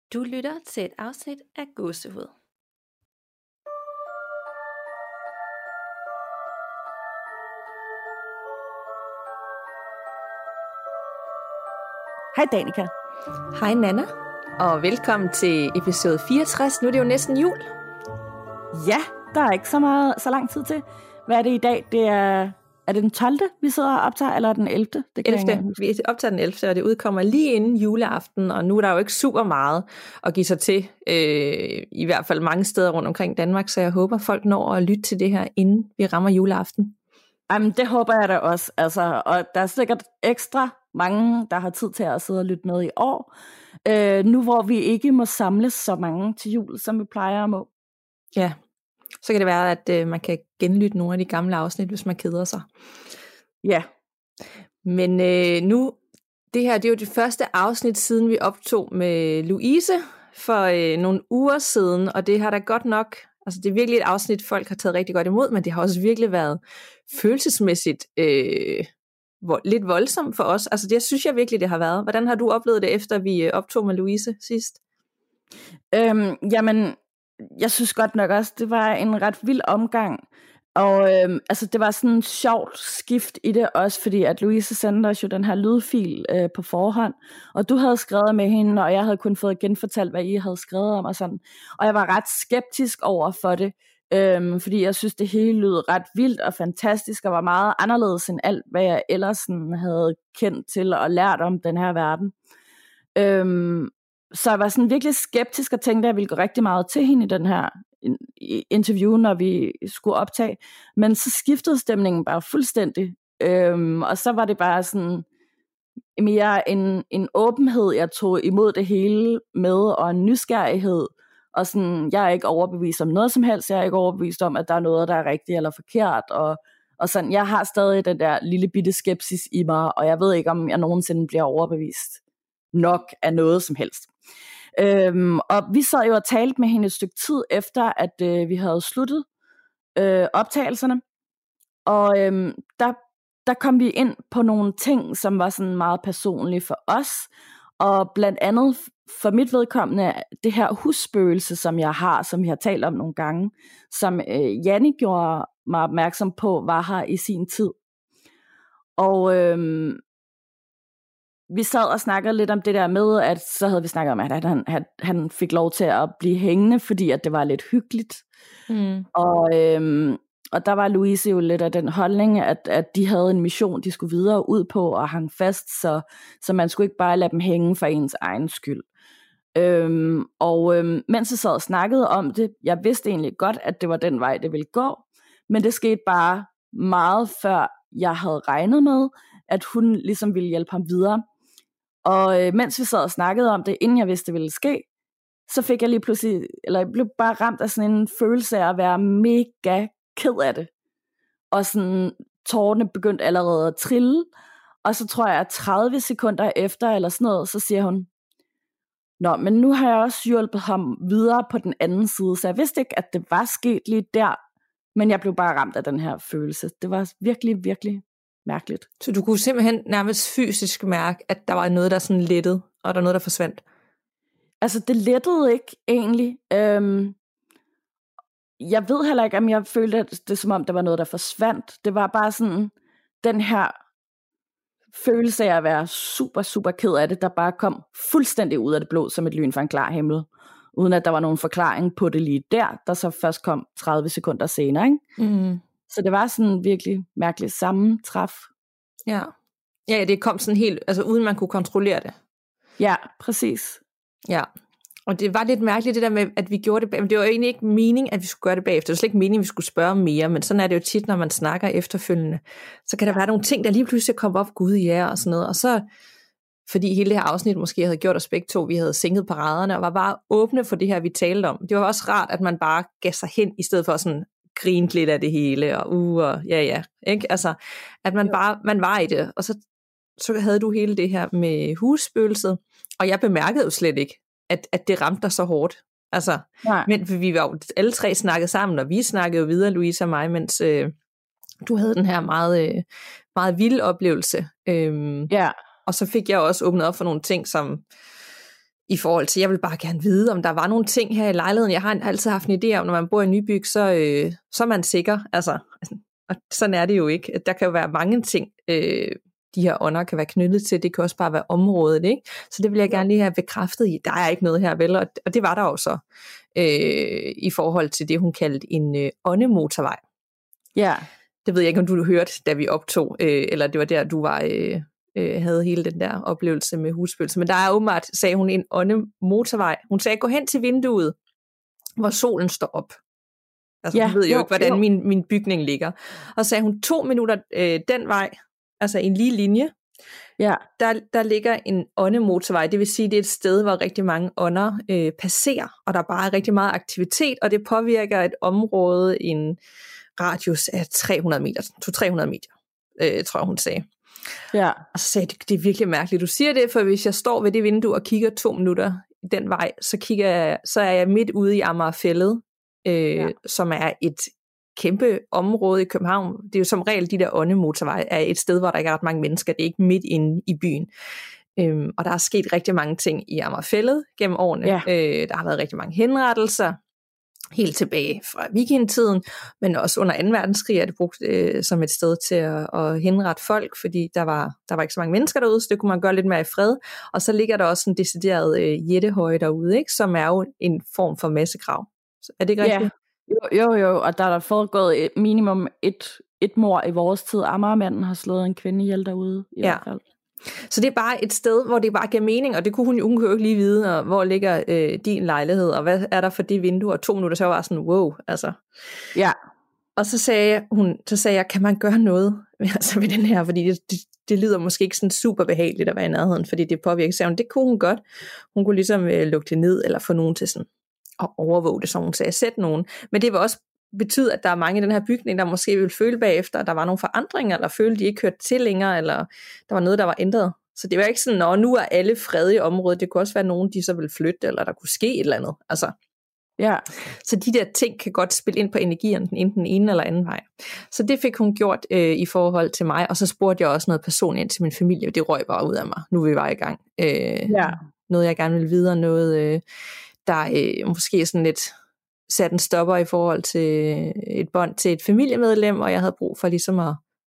Du lytter til et afsnit af Gåsehud. Hej Danika. Hej Nana, og velkommen til episode 64. Nu er det jo næsten jul. Ja, der er ikke så lang tid til. Hvad er det i dag? Er det den 12. vi sidder og optager, eller den 11. Det 11. Vi optager den 11. og det udkommer lige inden juleaften, og nu er der jo ikke super meget at give sig til, i hvert fald mange steder rundt omkring Danmark, så jeg håber folk når at lytte til det her, inden vi rammer juleaften. Jamen, det håber jeg da også, altså, og der er sikkert ekstra mange, der har tid til at sidde og lytte med i år, nu hvor vi ikke må samles så mange til jul, som vi plejer at må. Ja, så kan det være, at man kan genlytte nogle af de gamle afsnit, hvis man keder sig. Ja. Men nu, det her det er jo det første afsnit, siden vi optog med Louise for nogle uger siden, og det har da godt nok, altså det er virkelig et afsnit, folk har taget rigtig godt imod, men det har også virkelig været følelsesmæssigt lidt voldsomt for os. Altså det synes jeg virkelig, det har været. Hvordan har du oplevet det, efter vi optog med Louise sidst? Jamen, jeg synes godt nok også, det var en ret vild omgang, og altså det var sådan en sjovt skift i det også, fordi at Louise sendte os jo den her lydfil på forhånd, og du havde skrevet med hende, og jeg havde kun fået genfortalt, hvad I havde skrevet om og sådan, og jeg var ret skeptisk over for det, fordi jeg synes det hele lød ret vildt og fantastisk, og var meget anderledes end alt, hvad jeg ellers sådan havde kendt til og lært om den her verden. Så jeg var sådan virkelig skeptisk og tænkte, at jeg ville gå rigtig meget til hende i den her interview, når vi skulle optage. Men så skiftede stemningen bare fuldstændig. Og så var det bare sådan mere en åbenhed, jeg tog imod det hele med, og en nysgerrighed. Og sådan, jeg er ikke overbevist om noget som helst. Jeg er ikke overbevist om, at der er noget, der er rigtigt eller forkert. Og sådan, jeg har stadig den der lille bitte skepsis i mig, og jeg ved ikke, om jeg nogensinde bliver overbevist nok af noget som helst. Og vi sad jo og talte med hende et stykke tid efter, at vi havde sluttet optagelserne, og der kom vi ind på nogle ting, som var sådan meget personlige for os, og blandt andet for mit vedkommende det her husspøgelse, som jeg har, som vi har talt om nogle gange, som Janni gjorde mig opmærksom på, var her i sin tid. Og vi sad og snakkede lidt om det der med, at så havde vi snakket om, at han fik lov til at blive hængende, fordi at det var lidt hyggeligt. Og der var Louise jo lidt af den holdning, at de havde en mission, de skulle videre ud på og hang fast, så man skulle ikke bare lade dem hænge for ens egen skyld. Mens jeg sad og snakkede om det, jeg vidste egentlig godt, at det var den vej, det ville gå, men det skete bare meget før jeg havde regnet med, at hun ligesom ville hjælpe ham videre. Og mens vi sad og snakkede om det, inden jeg vidste, det ville ske, så fik jeg lige pludselig, eller jeg blev bare ramt af sådan en følelse af at være mega ked af det. Og sådan, tårerne begyndte allerede at trille, og så tror jeg, at 30 sekunder efter, eller sådan noget, så siger hun, nå, men nu har jeg også hjulpet ham videre på den anden side, så jeg vidste ikke, at det var sket lige der, men jeg blev bare ramt af den her følelse. Det var virkelig, virkelig mærkeligt. Så du kunne simpelthen nærmest fysisk mærke, at der var noget, der sådan lettede, og der var noget, der forsvandt? Altså, det lettede ikke egentlig. Jeg ved heller ikke, om jeg følte, at det som om, der var noget, der forsvandt. Det var bare sådan, den her følelse af at være super, super ked af det, der bare kom fuldstændig ud af det blå, som et lyn fra en klar himmel. Uden at der var nogen forklaring på det lige der så først kom 30 sekunder senere, ikke? Så det var sådan virkelig mærkeligt sammentræf. Ja, det kom sådan helt, altså uden man kunne kontrollere det. Ja, præcis. Ja, og det var lidt mærkeligt det der med, at vi gjorde det, men det var jo egentlig ikke meningen, at vi skulle gøre det bagefter. Det var slet ikke meningen, at vi skulle spørge mere, men sådan er det jo tit, når man snakker efterfølgende. Så kan der være nogle ting, der lige pludselig kommer op, gud ja, og sådan noget. Og så, fordi hele det her afsnit måske havde gjort os begge to, vi havde sænket paraderne, og var bare åbne for det her, vi talte om. Det var også rart, at man bare gav sig hen, i stedet for sådan grinte lidt af det hele, og ja, ikke? Altså, at man bare, man var i det, og så havde du hele det her med husspøgelset, og jeg bemærkede jo slet ikke, at det ramte dig så hårdt. Altså, men vi var jo alle tre snakket sammen, og vi snakkede jo videre, Louise og mig, mens du havde den her meget, meget vilde oplevelse. Og så fik jeg også åbnet op for nogle ting, som i forhold til, jeg vil bare gerne vide, om der var nogle ting her i lejligheden. Jeg har altid haft en idé om, når man bor i Nybyg, så er man sikker. Altså, og sådan er det jo ikke. Der kan jo være mange ting, de her ånder kan være knyttet til. Det kan også bare være området, ikke? Så det vil jeg gerne lige have bekræftet i. Der er ikke noget her, vel? Og det var der jo så, i forhold til det, hun kaldte en åndemotorvej. Ja. Det ved jeg ikke, om du hørte, da vi optog, eller det var der, du var... havde hele den der oplevelse med husspøgelser. Men der er åbenbart, sagde hun, en åndemotorvej. Hun sagde, gå hen til vinduet, hvor solen står op. Altså, hun ved jo ikke, hvordan min bygning ligger. Og så sagde hun, 2 minutter den vej, altså en lige linje, der ligger en åndemotorvej. Det vil sige, det er et sted, hvor rigtig mange ånder passerer, og der er bare rigtig meget aktivitet, og det påvirker et område i en radius af 300 meter, 200-300 meter, tror jeg, hun sagde. Ja. Og så sagde jeg, det er virkelig mærkeligt, du siger det, for hvis jeg står ved det vindue og kigger 2 minutter den vej, så er jeg midt ude i Amagerfælled, som er et kæmpe område i København. Det er jo som regel, de der åndemotorveje er et sted, hvor der ikke er ret mange mennesker. Det er ikke midt inde i byen. Og der er sket rigtig mange ting i Amagerfælled gennem årene. Der har været rigtig mange henrettelser, helt tilbage fra vikingetiden, men også under 2. verdenskrig er det brugt som et sted til at henrette folk, fordi der var ikke så mange mennesker derude, så det kunne man gøre lidt mere i fred. Og så ligger der også en decideret jættehøje derude, ikke? Som er jo en form for massegrav. Er det ikke rigtigt? Jo, og der er foregået minimum et mord i vores tid. Amagermanden har slået en kvinde ihjel derude i hvert fald. Så det er bare et sted, hvor det bare giver mening, og det kunne hun jo ikke lige vide, og hvor ligger din lejlighed, og hvad er der for det vindue, og 2 minutter, så var jeg sådan, wow, altså. Ja. Og så sagde jeg, kan man gøre noget altså ved den her, fordi det lyder måske ikke sådan super behageligt at være i nærheden, fordi det påvirker sig. Det kunne hun godt. Hun kunne ligesom lukke det ned, eller få nogen til sådan at overvåge det, som hun sagde, sæt nogen. Men det vil også betyde, at der er mange i den her bygning, der måske vil føle bagefter, at der var nogle forandringer, eller føle, de ikke hørte til længere, eller der var noget, der var ændret. Så det var ikke sådan, nu er alle fred i området. Det kunne også være nogen, de så ville flytte, eller der kunne ske et eller andet. Altså. Ja. Så de der ting kan godt spille ind på energien, enten den ene eller anden vej. Så det fik hun gjort i forhold til mig, og så spurgte jeg også noget personligt ind til min familie, og det røg bare ud af mig. Nu er vi bare i gang. Noget, jeg gerne vil videre, noget, der måske sådan lidt sat en stopper i forhold til et bånd til et familiemedlem, og jeg havde brug for ligesom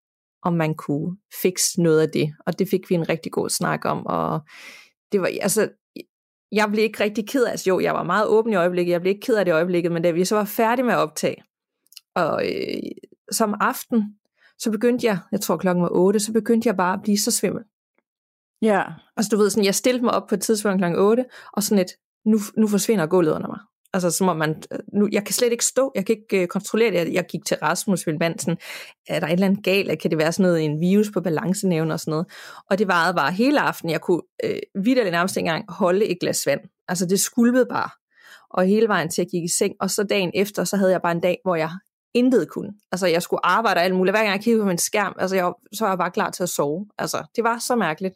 om man kunne fikse noget af det, og det fik vi en rigtig god snak om, og det var, altså, jeg blev ikke rigtig ked af, altså jo, jeg var meget åben i øjeblikket, jeg blev ikke ked af det i øjeblikket, men da vi så var færdige med at optage, og som aften, så begyndte jeg tror klokken var 8, så begyndte jeg bare at blive så svimmel. Ja. Altså du ved, sådan, jeg stillede mig op på et tidspunkt klokken 8, og sådan et, nu forsvinder gulvet under mig. Altså som om jeg kan slet ikke stå, jeg kan ikke kontrollere det. Jeg gik til Rasmus, min mand, sådan, er der et eller andet galt, kan det være sådan noget, en virus på balancenævnen og sådan noget. Og det varede bare hele aften, jeg kunne vitterligt nærmest ikke engang holde et glas vand. Altså det skulpede bare, og hele vejen til jeg gik i seng, og så dagen efter, så havde jeg bare en dag, hvor jeg intet kunne. Altså jeg skulle arbejde og alt muligt, hver gang jeg kiggede på min skærm, altså så var jeg bare klar til at sove. Altså det var så mærkeligt.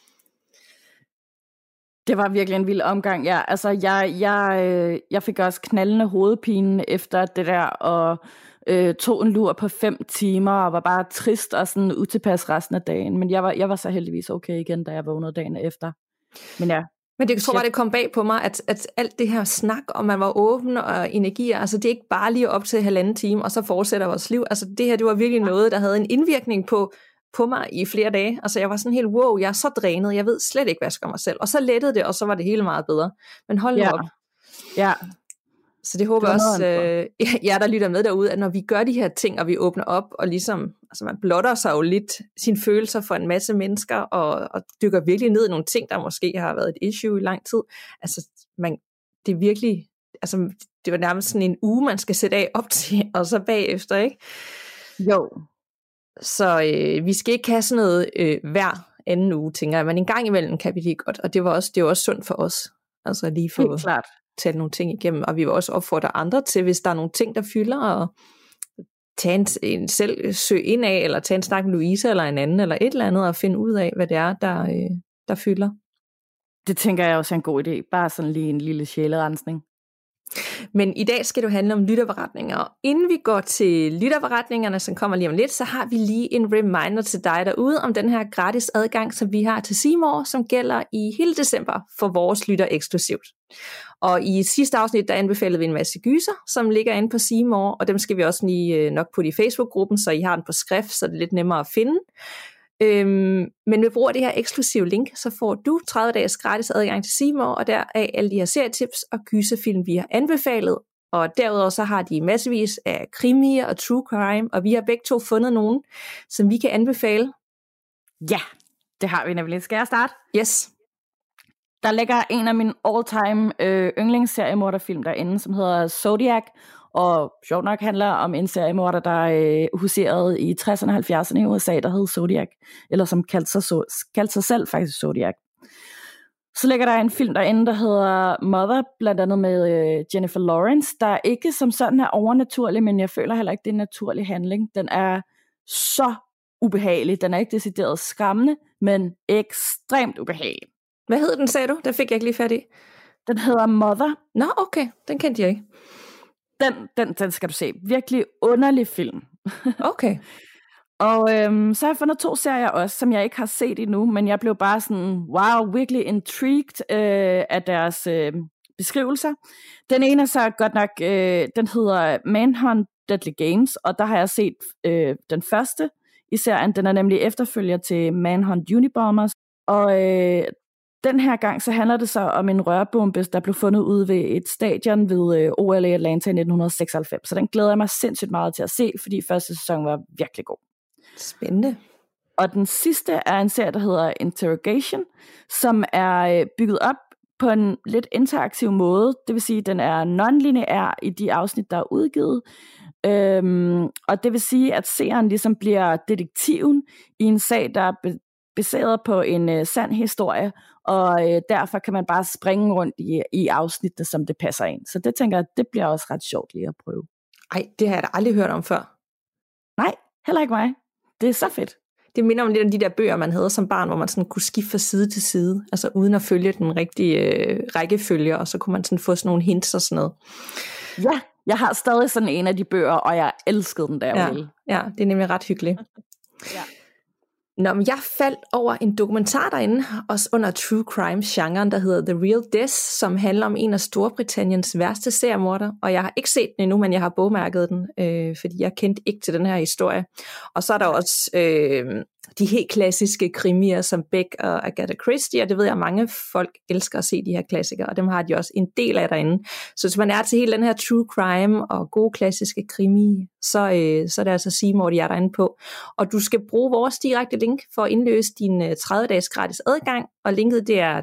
Det var virkelig en vild omgang, ja. Altså, jeg fik også knaldende hovedpine efter det der, og tog en lur på 5 timer, og var bare trist og sådan utilpas resten af dagen. Men jeg var så heldigvis okay igen, da jeg vågnede dagen efter. Men ja. Men det tror jeg, det kom bag på mig, at alt det her snak, om man var åben og energier, altså det er ikke bare lige op til 1,5 time, og så fortsætter vores liv. Altså det her, det var virkelig noget, der havde en indvirkning på mig i flere dage. Altså jeg var sådan helt, wow, jeg er så drænet, jeg ved slet ikke, hvad jeg skal gøre mig selv. Og så lettede det, og så var det hele meget bedre. Men hold nu op. Ja. Så det håber jeg også, jer der lytter med derude, at når vi gør de her ting, og vi åbner op, og ligesom, altså man blotter sig jo lidt sine følelser for en masse mennesker, og dykker virkelig ned i nogle ting, der måske har været et issue i lang tid. Altså det er virkelig, altså det var nærmest sådan en uge, man skal sætte af op til, og så bagefter, ikke? Jo. Så vi skal ikke have sådan noget hver anden uge, tænker jeg, men en gang imellem kan vi det godt, og det var også sundt for os, altså lige få tale nogle ting igennem, og vi vil også opfordre andre til, hvis der er nogle ting, der fylder, og tage en selv søg ind af, eller tage en snak med Louise, eller en anden, eller et eller andet, og finde ud af, hvad det er, der fylder. Det tænker jeg også er en god idé, bare sådan lige en lille sjælerensning. Men i dag skal det jo handle om lytterberetninger, og inden vi går til lytterberetningerne, som kommer lige om lidt, så har vi lige en reminder til dig derude om den her gratis adgang, som vi har til C More, som gælder i hele december for vores lytter eksklusivt. Og i sidste afsnit, der anbefalede vi en masse gyser, som ligger inde på C More, og dem skal vi også lige nok putte i Facebook-gruppen, så I har den på skrift, så det er lidt nemmere at finde. Men ved brug af det her eksklusive link, så får du 30 dages gratis adgang til C More, og deraf alle de her serietips og gyserfilm, vi har anbefalet. Og derudover så har de massevis af krimier og true crime, og vi har begge to fundet nogen, som vi kan anbefale. Ja, det har vi nemlig. Skal jeg starte? Yes. Der ligger en af mine all-time yndlingsseriemorderfilm derinde, som hedder Zodiac, og sjovt nok handler om en seriemorder, der huserede i 60'erne og 70'erne i USA, der hed Zodiac, eller som kaldte sig selv faktisk Zodiac. Så ligger der en film derinde, der hedder Mother, blandt andet med Jennifer Lawrence, der ikke som sådan er overnaturlig, men jeg føler heller ikke, det er en naturlig handling. Den er så ubehagelig. Den er ikke decideret skræmmende, men ekstremt ubehagelig. Hvad hed den, sagde du? Den fik jeg ikke lige fat i. Den hedder Mother. Nå, okay. Den kendte jeg ikke. Den skal du se. Virkelig underlig film. Okay. Og så har jeg fundet 2 serier også, som jeg ikke har set endnu, men jeg blev bare sådan, wow, virkelig intrigued af deres beskrivelser. Den ene er så godt nok, den hedder Manhunt Deadly Games, og der har jeg set den første i serien. Den er nemlig efterfølger til Manhunt Unabomber, og den her gang så handler det så om en rørbombe, der blev fundet ude ved et stadion ved OL i Atlanta i 1996. Så den glæder jeg mig sindssygt meget til at se, fordi første sæson var virkelig god. Spændende. Og den sidste er en serie, der hedder Interrogation, som er bygget op på en lidt interaktiv måde. Det vil sige, at den er non-lineær i de afsnit, der er udgivet. Og det vil sige, at seeren ligesom bliver detektiven i en sag, der er baseret på en sand historie, og derfor kan man bare springe rundt i afsnittene, som det passer ind. Så det tænker jeg, det bliver også ret sjovt lige at prøve. Ej, det har jeg da aldrig hørt om før. Nej, heller ikke mig. Det er så fedt. Det minder om lidt om de der bøger, man havde som barn, hvor man sådan kunne skifte fra side til side, altså uden at følge den rigtige rækkefølge, og så kunne man sådan få sådan nogle hints og sådan noget. Ja, jeg har stadig sådan en af de bøger, og jeg elskede den der. Ja, det er nemlig ret hyggeligt. Ja. Nå, men jeg faldt over en dokumentar derinde, også under true crime-genren, der hedder The Real Death, som handler om en af Storbritanniens værste seriemorder, og jeg har ikke set den endnu, men jeg har bogmærket den, fordi jeg kendte ikke til den her historie. Og så er der også de helt klassiske krimier som Beck og Agatha Christie, og det ved jeg, mange folk elsker at se de her klassikere, og dem har de også en del af derinde. Så hvis man er til hele den her true crime og gode klassiske krimi, så er det altså C More, de er derinde på. Og du skal bruge vores direkte link for at indløse din 30 dages gratis adgang, og linket det er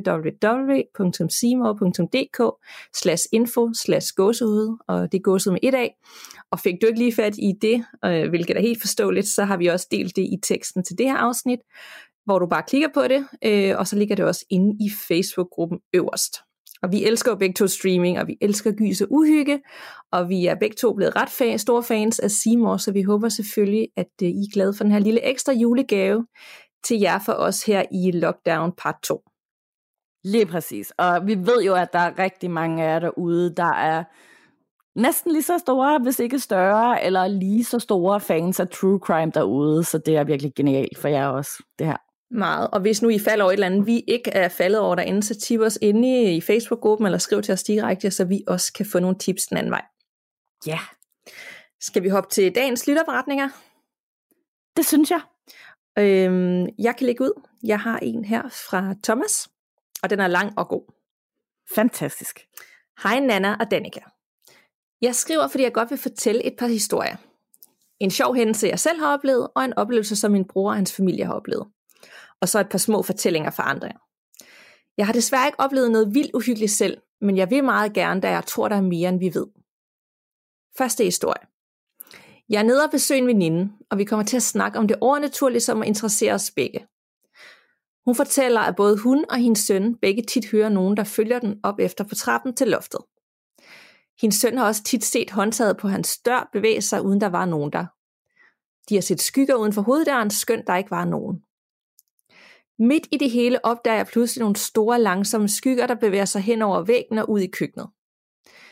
www.cmore.dk/info/gåsehud, og det er gåsehud med 1 af. Og fik du ikke lige fat i det, hvilket er helt forståeligt, så har vi også delt det i teksten til det her afsnit, hvor du bare klikker på det, og så ligger det også inde i Facebook-gruppen øverst. Og vi elsker jo begge to streaming, og vi elsker gys og uhygge, og vi er begge to blevet ret store fans af C More, så vi håber selvfølgelig, at I er glade for den her lille ekstra julegave til jer for os her i Lockdown part 2. Lige præcis, og vi ved jo, at der er rigtig mange af jer derude, der er næsten lige så store, hvis ikke større, eller lige så store fans af true crime derude, så det er virkelig genialt for jer også, det her. Meget, og hvis nu I falder over et eller andet, vi ikke er faldet over derinde, så tip os inde i Facebook-gruppen, eller skriv til os direkte, så vi også kan få nogle tips den anden vej. Ja. Skal vi hoppe til dagens lytterberetninger? Det synes jeg. Jeg kan lægge ud. Jeg har en her fra Thomas, og den er lang og god. Fantastisk. Hej Nana og Danika. Jeg skriver, fordi jeg godt vil fortælle et par historier. En sjov hændelse, jeg selv har oplevet, og en oplevelse, som min bror og hans familie har oplevet. Og så et par små fortællinger fra andre. Jeg har desværre ikke oplevet noget vildt uhyggeligt selv, men jeg vil meget gerne, da jeg tror, der er mere, end vi ved. Første historie. Jeg er nede og besøger en veninde, og vi kommer til at snakke om det overnaturlige, som interesserer os begge. Hun fortæller, at både hun og hendes søn begge tit hører nogen, der følger den op efter på trappen til loftet. Hendes søn har også tit set håndtaget på hans dør bevæge sig, uden der var nogen der. De har set skygger uden for hoveddøren, skønt der ikke var nogen. Midt i det hele opdager jeg pludselig nogle store, langsomme skygger, der bevæger sig hen over væggen og ud i køkkenet.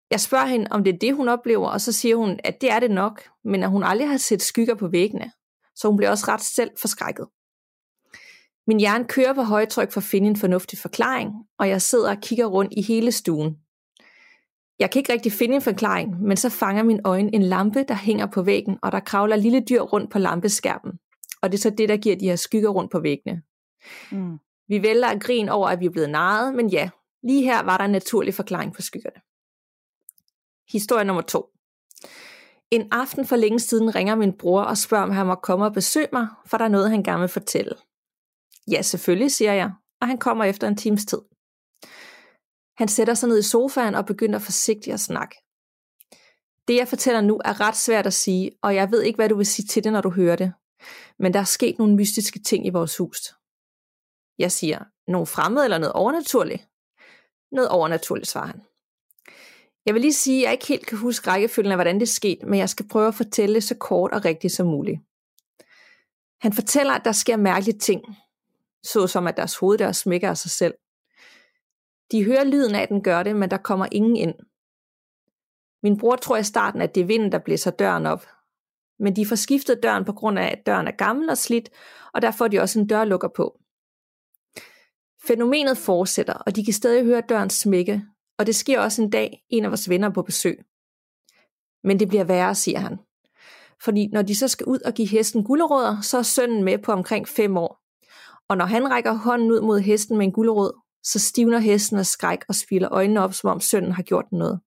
Jeg spørger hende, om det er det, hun oplever, og så siger hun, at det er det nok, men at hun aldrig har set skygger på væggene, så hun bliver også ret selv forskrækket. Min hjerne kører på højtryk for at finde en fornuftig forklaring, og jeg sidder og kigger rundt i hele stuen. Jeg kan ikke rigtig finde en forklaring, men så fanger min øjne en lampe, der hænger på væggen, og der kravler lille dyr rundt på lampeskærmen. Og det er så det, der giver de her skygger rundt på væggene. Vi vælger at grine over, at vi er blevet narret, men ja, lige her var der en naturlig forklaring på skyggerne. Historie nummer 2. En aften for længe siden ringer min bror og spørger, om han må komme og besøge mig, for der er noget, han gerne vil fortælle. Ja, selvfølgelig, siger jeg, og han kommer efter en times tid. Han sætter sig ned i sofaen og begynder forsigtigt at snakke. Det, jeg fortæller nu, er ret svært at sige, og jeg ved ikke, hvad du vil sige til det, når du hører det. Men der er sket nogle mystiske ting i vores hus. Jeg siger, nogle fremmede eller noget overnaturligt? Noget overnaturligt, svarer han. Jeg vil lige sige, at jeg ikke helt kan huske rækkefølgen af, hvordan det skete, men jeg skal prøve at fortælle det så kort og rigtigt som muligt. Han fortæller, at der sker mærkelige ting, såsom at deres hoveddør smækker af sig selv. De hører lyden af, at den gør det, men der kommer ingen ind. Min bror tror i starten, at det er vinden, der blæser døren op. Men de får skiftet døren på grund af, at døren er gammel og slidt, og der får de også en dørlukker på. Fænomenet fortsætter, og de kan stadig høre døren smække, og det sker også en dag, en af vores venner på besøg. Men det bliver værre, siger han. Fordi når de så skal ud og give hesten gulerødder, så er sønnen med på omkring 5 år. Og når han rækker hånden ud mod hesten med en gulerod, så stivner hesten af skræk og spilder øjnene op, som om sønnen har gjort noget.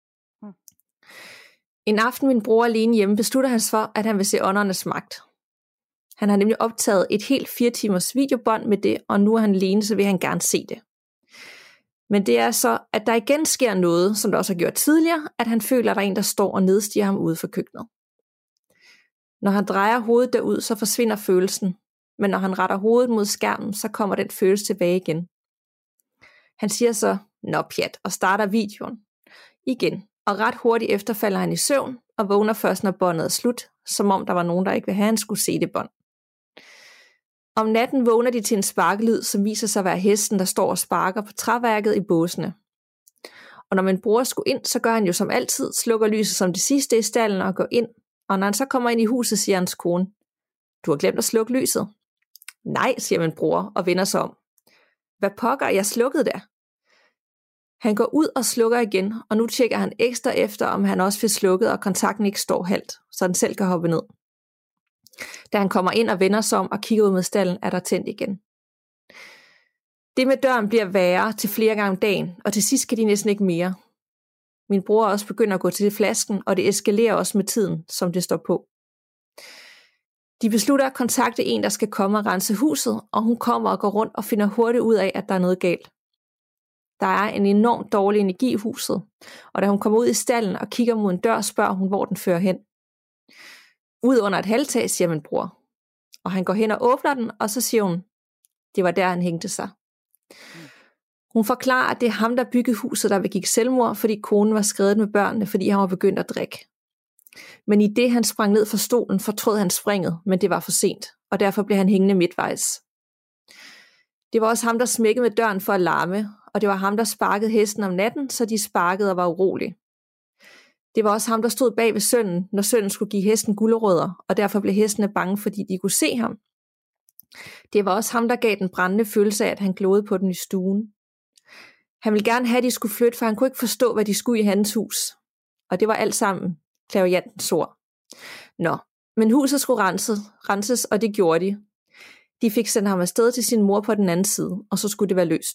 En aften min bror alene hjemme beslutter han for, at han vil se åndernes magt. Han har nemlig optaget et helt 4 timers videobånd med det, og nu er han alene, så vil han gerne se det. Men det er så, at der igen sker noget, som der også har gjort tidligere, at han føler, at der er en, der står og nedstiger ham ude for køkkenet. Når han drejer hovedet derud, så forsvinder følelsen, men når han retter hovedet mod skærmen, så kommer den følelse tilbage igen. Han siger så, nå pjat, og starter videoen igen, og ret hurtigt efter falder han i søvn, og vågner først, når båndet er slut, som om der var nogen, der ikke vil have, han skulle se det bånd. Om natten vågner de til en sparkelyd, som viser sig at være hesten, der står og sparker på træværket i båsene. Og når min bror skulle ind, så gør han jo som altid, slukker lyset som det sidste i stallen og går ind, og når han så kommer ind i huset, siger hans kone, du har glemt at slukke lyset. Nej, siger min bror og vender sig om. Hvad pokker, jeg slukkede der? Han går ud og slukker igen, og nu tjekker han ekstra efter, om han også får slukket, og kontakten ikke står halvt, så den selv kan hoppe ned. Da han kommer ind og vender sig om og kigger ud mod stallen, er der tændt igen. Det med døren bliver værre til flere gange om dagen, og til sidst kan de næsten ikke mere. Min bror også begynder at gå til flasken, og det eskalerer også med tiden, som det står på. De beslutter at kontakte en, der skal komme og rense huset, og hun kommer og går rundt og finder hurtigt ud af, at der er noget galt. Der er en enormt dårlig energi i huset, og da hun kommer ud i stallen og kigger mod en dør, spørger hun, hvor den fører hen. Ud under et halvtag, siger min bror. Og han går hen og åbner den, og så siger hun, det var der, han hængte sig. Hun forklarer, at det er ham, der byggede huset, der begik selvmord, fordi konen var skredet med børnene, fordi han var begyndt at drikke. Men i det, han sprang ned fra stolen, fortrød han springet, men det var for sent, og derfor blev han hængende midtvejs. Det var også ham, der smækkede med døren for at larme, og det var ham, der sparkede hesten om natten, så de sparkede og var urolige. Det var også ham, der stod bag ved sønnen, når sønnen skulle give hesten gulerødder, og derfor blev hestene bange, fordi de kunne se ham. Det var også ham, der gav den brændende følelse af, at han glodede på den i stuen. Han ville gerne have, at de skulle flytte, for han kunne ikke forstå, hvad de skulle i hans hus. Og det var alt sammen clairvoyantens ord. Nå, men huset skulle renses, og det gjorde de. De fik sendt ham afsted til sin mor på den anden side, og så skulle det være løst.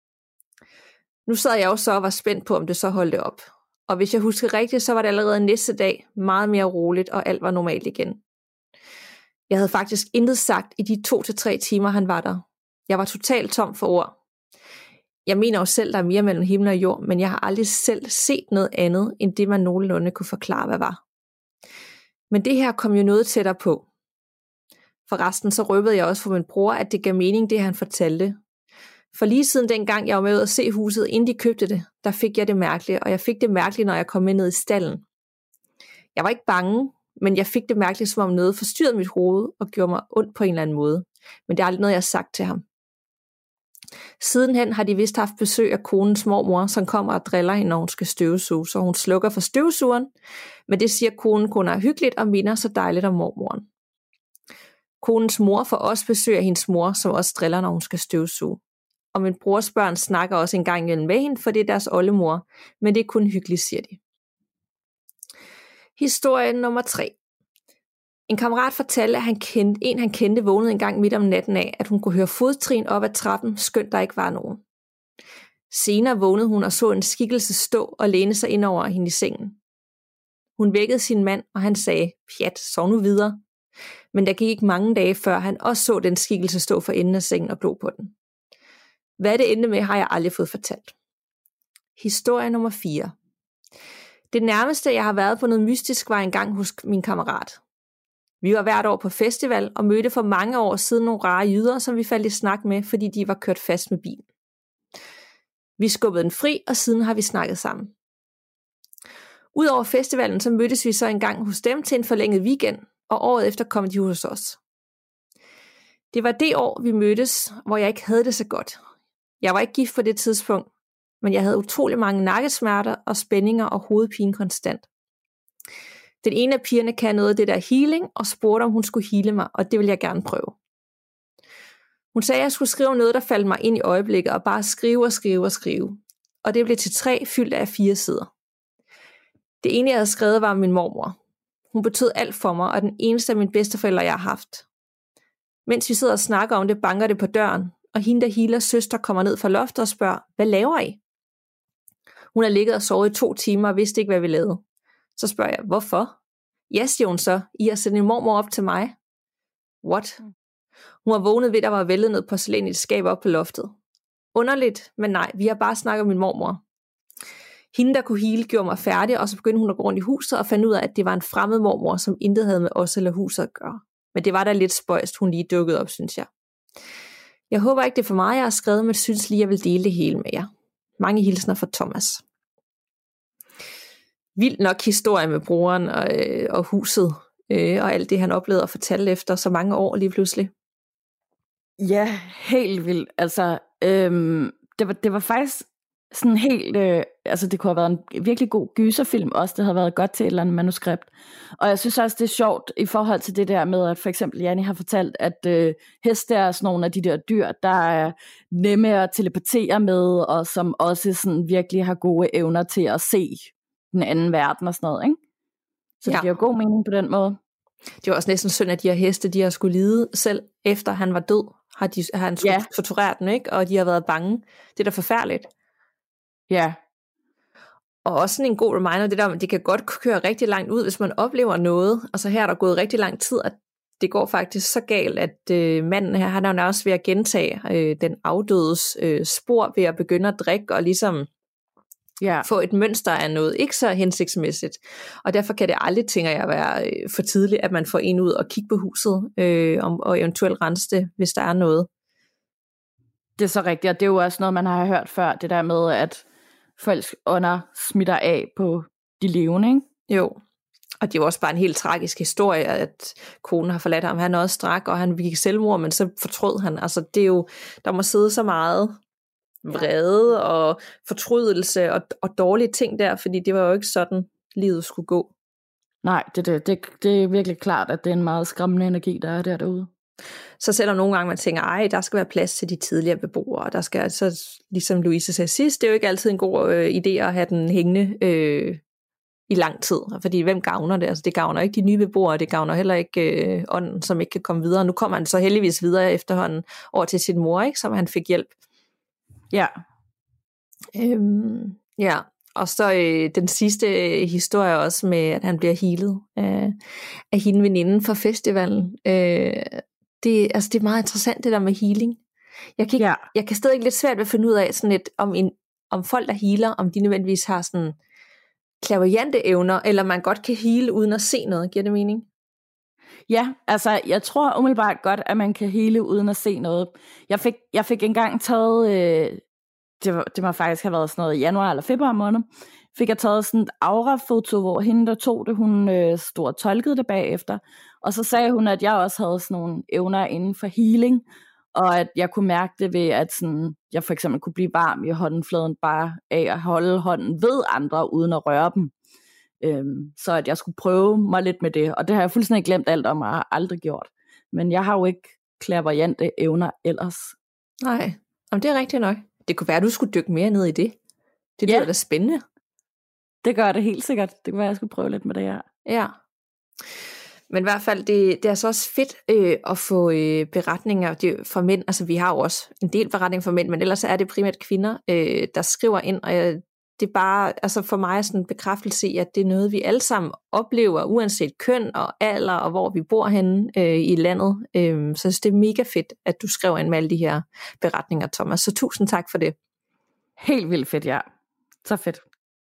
Nu sad jeg jo så og var spændt på, om det så holdte op. Og hvis jeg husker rigtigt, så var det allerede næste dag meget mere roligt, og alt var normalt igen. Jeg havde faktisk intet sagt i de 2 til 3 timer, han var der. Jeg var totalt tom for ord. Jeg mener jo selv, der er mere mellem himmel og jord, men jeg har aldrig selv set noget andet, end det man nogenlunde kunne forklare, hvad var. Men det her kom jo noget tættere på. Forresten så røbede jeg også for min bror, at det gav mening, det han fortalte. For lige siden dengang, jeg var med ud at se huset, inden de købte det, der fik jeg det mærkeligt, og jeg fik det mærkeligt, når jeg kom med ned i stallen. Jeg var ikke bange, men jeg fik det mærkeligt, som om noget forstyrrede mit hoved og gjorde mig ondt på en eller anden måde. Men det er aldrig noget, jeg har sagt til ham. Sidenhen har de vist haft besøg af konens mormor, som kommer og driller hende, når hun skal støvsuge, så hun slukker for støvsugeren, men det siger konen kun er hyggeligt og minder så dejligt om mormoren. Konens mor får også besøg af hendes mor, som også driller, når hun skal støvsuge. Og min brors børn snakker også en gang imellem med hende, for det er deres oldemor, men det er kun hyggeligt, siger de. Historie nummer 3. En kammerat fortalte, at han kendte vågnede en gang midt om natten af, at hun kunne høre fodtrin op ad trappen, skønt der ikke var nogen. Senere vågnede hun og så en skikkelse stå og læne sig ind over hende i sengen. Hun vækkede sin mand, og han sagde, pjat, sov nu videre. Men der gik ikke mange dage, før han også så den skikkelse stå for enden af sengen og glo på den. Hvad det endte med, har jeg aldrig fået fortalt. Historie nummer 4. Det nærmeste, jeg har været på noget mystisk, var engang hos min kammerat. Vi var hvert år på festival og mødte for mange år siden nogle rare jyder, som vi faldt i snak med, fordi de var kørt fast med bilen. Vi skubbede den fri, og siden har vi snakket sammen. Udover festivalen, så mødtes vi så en gang hos dem til en forlænget weekend, og året efter kom de hos os. Det var det år, vi mødtes, hvor jeg ikke havde det så godt. Jeg var ikke gift på det tidspunkt, men jeg havde utrolig mange nakkesmerter og spændinger og hovedpine konstant. Den ene af pigerne kan noget af det der healing, og spurgte, om hun skulle heale mig, og det ville jeg gerne prøve. Hun sagde, at jeg skulle skrive noget, der faldt mig ind i øjeblikket, og bare skrive. Og det blev til 3 fyldt af 4 sider. Det ene, jeg havde skrevet, var min mormor. Hun betød alt for mig, og den eneste af mine bedsteforældre, jeg har haft. Mens vi sidder og snakker om det, banker det på døren, og hende, der healers søster, kommer ned fra loftet og spørger, hvad laver I? Hun har ligget og sovet i 2 timer og vidste ikke, hvad vi lavede. Så spørger jeg, hvorfor? Ja, siger hun så, I har sendt en mormor op til mig. What? Hun har vågnet ved, der var væltet noget porcelæn i et skab op på loftet. Underligt, men nej, vi har bare snakket om min mormor. Hende, der kunne heale, gjorde mig færdig, og så begyndte hun at gå rundt i huset og fandt ud af, at det var en fremmed mormor, som intet havde med os eller huset at gøre. Men det var da lidt spøjst, hun lige dukkede op, synes jeg. Jeg håber ikke, det er for meget, jeg har skrevet, men synes lige, jeg vil dele det hele med jer. Mange hilsner fra Thomas. Vildt nok historie med broren og huset, og alt det, han oplevede og fortalte efter så mange år lige pludselig. Ja, helt vildt. Altså, det var faktisk sådan helt, altså det kunne have været en virkelig god gyserfilm også, det havde været godt til et eller andet manuskript. Og jeg synes også, det er sjovt i forhold til det der med, at for eksempel Janni har fortalt, at heste er sådan nogle af de der dyr, der er nemme at telepatere med, og som også sådan virkelig har gode evner til at se den anden verden og sådan noget, ikke? Så det giver god mening på den måde. Det var også næsten synd, at de her heste, de har skulle lide selv efter han var død, har han skulle torturere den, ikke? Og de har været bange. Det er da forfærdeligt. Ja. Og også sådan en god reminder, det der, det kan godt køre rigtig langt ud, hvis man oplever noget. Altså her er der gået rigtig lang tid, at det går faktisk så galt, at manden her, han er jo nærmest ved at gentage den afdødes spor ved at begynde at drikke og ligesom få et mønster af noget ikke så hensigtsmæssigt. Og derfor kan det aldrig, tænker jeg, være for tidligt, at man får en ud og kigge på huset og eventuelt rense det, hvis der er noget. Det er så rigtigt, og det er jo også noget, man har hørt før, det der med, at folks ånder smitter af på de levende, ikke? Jo, og det er jo også bare en helt tragisk historie, at konen har forladt ham. Han også drak, og han begik selvmord, men så fortrød han. Altså det er jo, der må sidde så meget vrede og fortrydelse og dårlige ting der, fordi det var jo ikke sådan, livet skulle gå. Nej, det er virkelig klart, at det er en meget skræmmende energi, der er derude. Så selvom nogle gange man tænker, der skal være plads til de tidligere beboere, der skal, så ligesom Louise sagde sidst, det er jo ikke altid en god idé at have den hængende i lang tid, fordi hvem gavner det? Altså det gavner ikke de nye beboere, det gavner heller ikke ånden, som ikke kan komme videre. Nu kommer han så heldigvis videre efterhånden over til sin mor, ikke, som han fik hjælp. Ja. Ja, og så den sidste historie også med, at han bliver healet af hende veninden fra festivalen. Det er meget interessant det der med healing. Jeg kan stadig lidt svært ved at finde ud af sådan om folk der healer, om de nødvendigvis har sådan clairvoyante evner, eller man godt kan heale uden at se noget. Giver det mening? Ja, altså jeg tror umiddelbart godt, at man kan heale uden at se noget. Jeg fik engang taget, det må faktisk have været sådan noget i januar eller februar måned, fik jeg taget sådan et aura-foto, hvor hende der tog det, hun stod og tolkede det bagefter, og så sagde hun, at jeg også havde sådan nogle evner inden for healing, og at jeg kunne mærke det ved, at sådan, jeg for eksempel kunne blive varm i håndfladen bare af at holde hånden ved andre, uden at røre dem. Så at jeg skulle prøve mig lidt med det, og det har jeg fuldstændig glemt alt om, og har aldrig gjort. Men jeg har jo ikke clairvoyante evner ellers. Nej, jamen det er rigtigt nok. Det kunne være, at du skulle dykke mere ned i det. Det lyder da spændende. Det gør det helt sikkert. Det kunne være, at jeg skulle prøve lidt med det her. Ja. Men i hvert fald, det er så også fedt at få beretninger fra mænd. Altså vi har jo også en del beretninger fra mænd, men ellers er det primært kvinder, der skriver ind, og det er bare, altså for mig sådan en bekræftelse i, at det er noget, vi alle sammen oplever, uanset køn og alder, og hvor vi bor henne i landet. Så det er mega fedt, at du skriver ind med alle de her beretninger, Thomas. Så tusind tak for det. Helt vildt fedt, ja. Så fedt.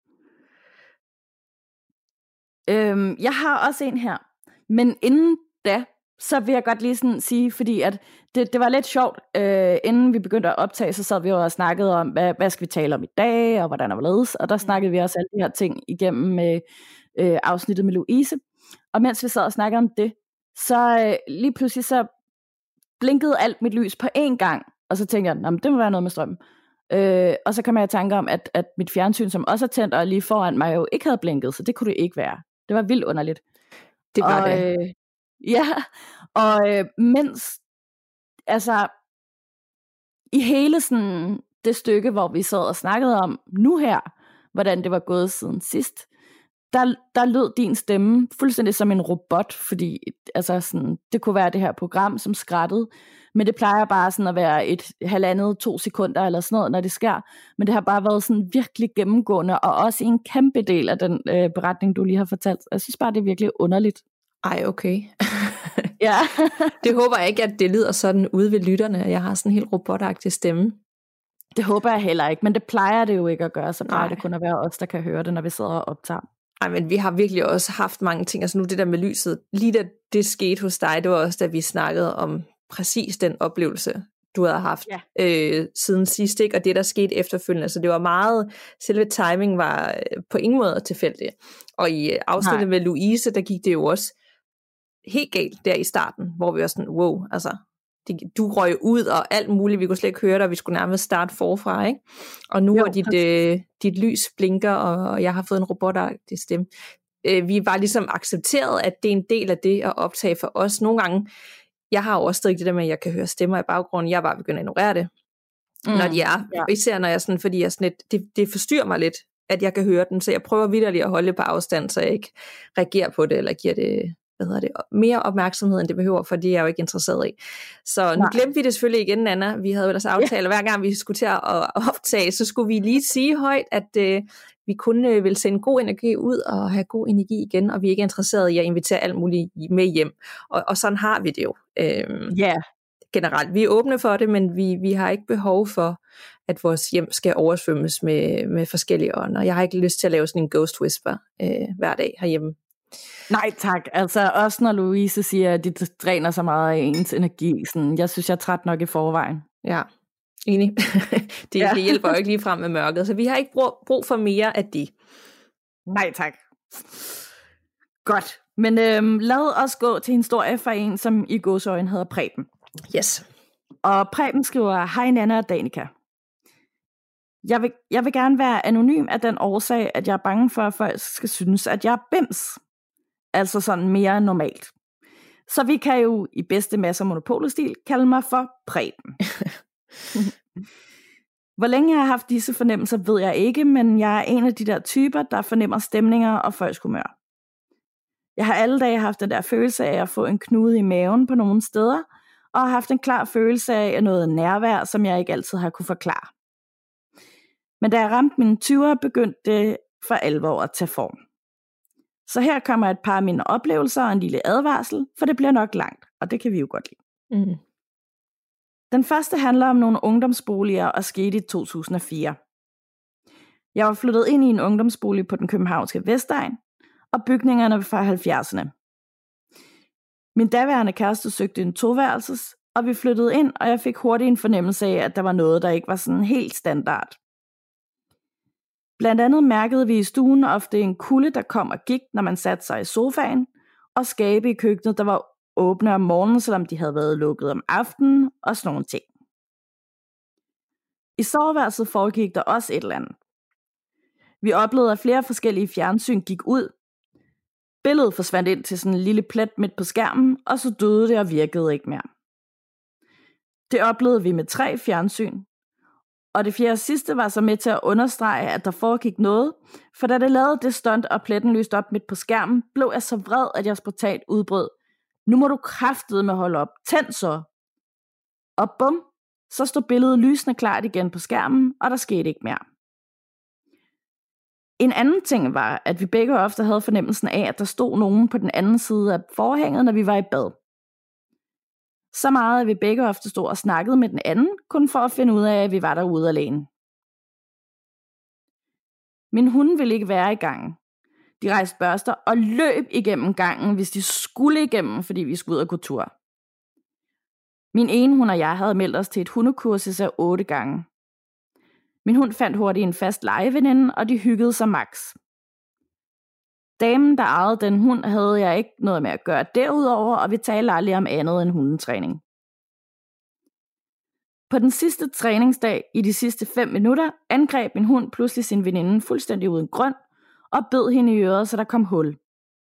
Jeg har også en her, men inden da, så vil jeg godt lige sådan sige, fordi at det var lidt sjovt, inden vi begyndte at optage, så sad vi jo og snakkede om, hvad skal vi tale om i dag, og hvordan og hvorledes, og der snakkede vi også alle de her ting igennem med afsnittet med Louise, og mens vi sad og snakkede om det, så lige pludselig så blinkede alt mit lys på én gang, og så tænkte jeg, det må være noget med strømmen. Og så kom jeg i tanke om, at mit fjernsyn, som også er tændt, og lige foran mig jo ikke havde blinket, så det kunne det ikke være. Det var vildt underligt. Det var det. Ja, og mens, altså, i hele sådan det stykke, hvor vi sad og snakkede om nu her, hvordan det var gået siden sidst, der lød din stemme fuldstændig som en robot, fordi altså sådan, det kunne være det her program, som skrattede, men det plejer bare sådan at være 1,5-2 sekunder eller sådan noget, når det sker, men det har bare været sådan virkelig gennemgående, og også en kæmpe del af den beretning, du lige har fortalt. Jeg synes bare, det er virkelig underligt. Ej, okay. Ja. Det håber jeg ikke, at det lyder sådan ude ved lytterne, at jeg har sådan en helt robotagtig stemme. Det håber jeg heller ikke, men det plejer det jo ikke at gøre, så plejer det kun at være os, der kan høre det, når vi sidder og optager. Ej, men vi har virkelig også haft mange ting, altså nu det der med lyset, lige da det skete hos dig, det var også, da vi snakkede om præcis den oplevelse, du havde haft siden sidst, ikke? Og det, der skete efterfølgende, så det var meget, selve timing var på ingen måde tilfældig. Og i afsnittet med Louise, der gik det jo også helt galt der i starten, hvor vi var sådan, wow, altså, du røg ud og alt muligt, vi kunne slet ikke høre dig, og vi skulle nærmest starte forfra, ikke? Og nu hvor dit lys blinker, og jeg har fået en robotagtig stemme. Vi var ligesom accepteret, at det er en del af det at optage for os. Nogle gange, jeg har jo også stadig det der med, at jeg kan høre stemmer i baggrunden, jeg bare begynder at ignorere det, når de er. Ja. Især når jeg sådan, fordi jeg sådan lidt, det forstyrrer mig lidt, at jeg kan høre den, så jeg prøver vitterligt at holde på afstand, så jeg ikke reagerer på det, eller giver det, mere opmærksomhed, end det behøver, for det er jeg jo ikke interesseret i. Så nu glemte vi det selvfølgelig igen, Anna. Vi havde jo ellers aftalt, hver gang vi skulle til at optage, så skulle vi lige sige højt, at vi kun vil sende god energi ud og have god energi igen, og vi er ikke interesseret i at invitere alt muligt med hjem. Og sådan har vi det jo. Generelt. Vi er åbne for det, men vi har ikke behov for, at vores hjem skal oversvømmes med forskellige ånder. Jeg har ikke lyst til at lave sådan en ghost whisper hver dag herhjemme. Nej tak, altså også når Louise siger, at det dræner så meget af ens energi, sådan, jeg synes, jeg er træt nok i forvejen. Ja, enig. det hjælper jo ikke lige frem med mørket, så vi har ikke brug for mere af det. Nej tak. Godt, men lad os gå til en historie fra en, som i gåseøjne hedder Preben. Yes. Og Preben skriver, hej Nanna og Danika. Jeg vil gerne være anonym af den årsag, at jeg er bange for, at folk skal synes, at jeg er bims. Altså sådan mere normalt. Så vi kan jo i bedste Mads og Monopolestil kalde mig for Preben. Hvor længe jeg har haft disse fornemmelser, ved jeg ikke, men jeg er en af de der typer, der fornemmer stemninger og folks humør. Jeg har alle dage haft den der følelse af at få en knude i maven på nogle steder, og har haft en klar følelse af noget nærvær, som jeg ikke altid har kunne forklare. Men da jeg ramte mine 20'ere, begyndte det for alvor at tage form. Så her kommer et par af mine oplevelser og en lille advarsel, for det bliver nok langt, og det kan vi jo godt lide. Mm. Den første handler om nogle ungdomsboliger og skete i 2004. Jeg var flyttet ind i en ungdomsbolig på den københavnske Vestegn, og bygningerne var fra 70'erne. Min daværende kæreste søgte en toværelses, og vi flyttede ind, og jeg fik hurtigt en fornemmelse af, at der var noget, der ikke var sådan helt standard. Blandt andet mærkede vi i stuen ofte en kulde, der kom og gik, når man satte sig i sofaen, og skabe i køkkenet, der var åbne om morgenen, selvom de havde været lukket om aftenen, og sådan nogle ting. I soveværelset foregik der også et eller andet. Vi oplevede, at flere forskellige fjernsyn gik ud. Billedet forsvandt ind til sådan en lille plet midt på skærmen, og så døde det og virkede ikke mere. Det oplevede vi med 3 fjernsyn. Og det fjerde sidste var så med til at understrege, at der foregik noget, for da det lavede det stunt, og pletten lyste op midt på skærmen, blev jeg så vred, at jeg spontant udbrød: nu må du kraftedeme holde op, tænd så! Og bum, så stod billedet lysende klart igen på skærmen, og der skete ikke mere. En anden ting var, at vi begge ofte havde fornemmelsen af, at der stod nogen på den anden side af forhænget, når vi var i bad. Så meget, at vi begge ofte stod og snakkede med den anden, kun for at finde ud af, at vi var derude alene. Min hunde ville ikke være i gangen. De rejste børster og løb igennem gangen, hvis de skulle igennem, fordi vi skulle ud og gå tur. Min ene hund og jeg havde meldt os til et hundekursus af 8 gange. Min hund fandt hurtigt en fast legeveninde, og de hyggede sig max. Damen, der ejede den hund, havde jeg ikke noget med at gøre derudover, og vi talte aldrig om andet end hundetræning. På den sidste træningsdag, i de sidste 5 minutter, angreb min hund pludselig sin veninde fuldstændig uden grund, og bed hende i øret, så der kom hul.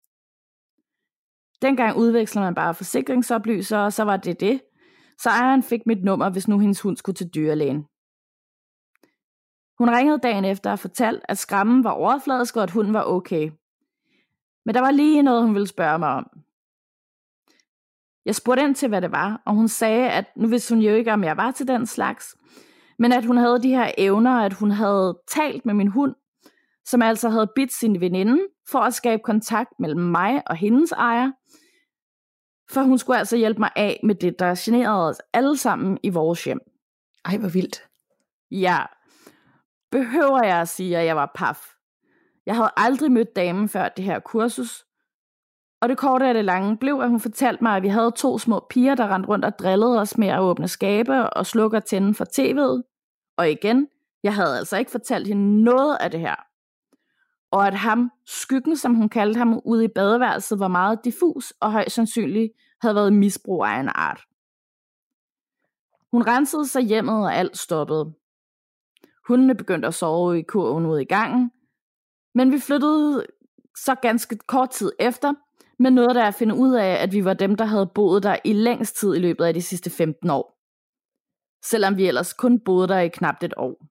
Dengang udvekslede man bare forsikringsoplysere, og så var det. Så ejeren fik mit nummer, hvis nu hendes hund skulle til dyrlægen. Hun ringede dagen efter og fortalte, at skrammen var overfladisk, og at hunden var okay. Men der var lige noget, hun ville spørge mig om. Jeg spurgte ind til, hvad det var, og hun sagde, at nu vidste hun jo ikke, om jeg var til den slags, men at hun havde de her evner, at hun havde talt med min hund, som altså havde bidt sin veninde for at skabe kontakt mellem mig og hendes ejer, for hun skulle altså hjælpe mig af med det, der generede os alle sammen i vores hjem. Ej, hvor vildt. Ja, behøver jeg at sige, at jeg var paf. Jeg havde aldrig mødt damen før det her kursus, og det korte af det lange blev, at hun fortalte mig, at vi havde 2 små piger, der rendte rundt og drillede os med at åbne skabe og slukke og tænde for tv'et. Og igen, jeg havde altså ikke fortalt hende noget af det her. Og at ham, skyggen som hun kaldte ham, ude i badeværelset var meget diffus og højst sandsynligt havde været misbrug af en art. Hun rensede sig hjemmet, og alt stoppede. Hundene begyndte at sove i kurven ude i gangen, men vi flyttede så ganske kort tid efter, med noget der at finde ud af, at vi var dem, der havde boet der i længst tid i løbet af de sidste 15 år. Selvom vi ellers kun boede der i knap et år.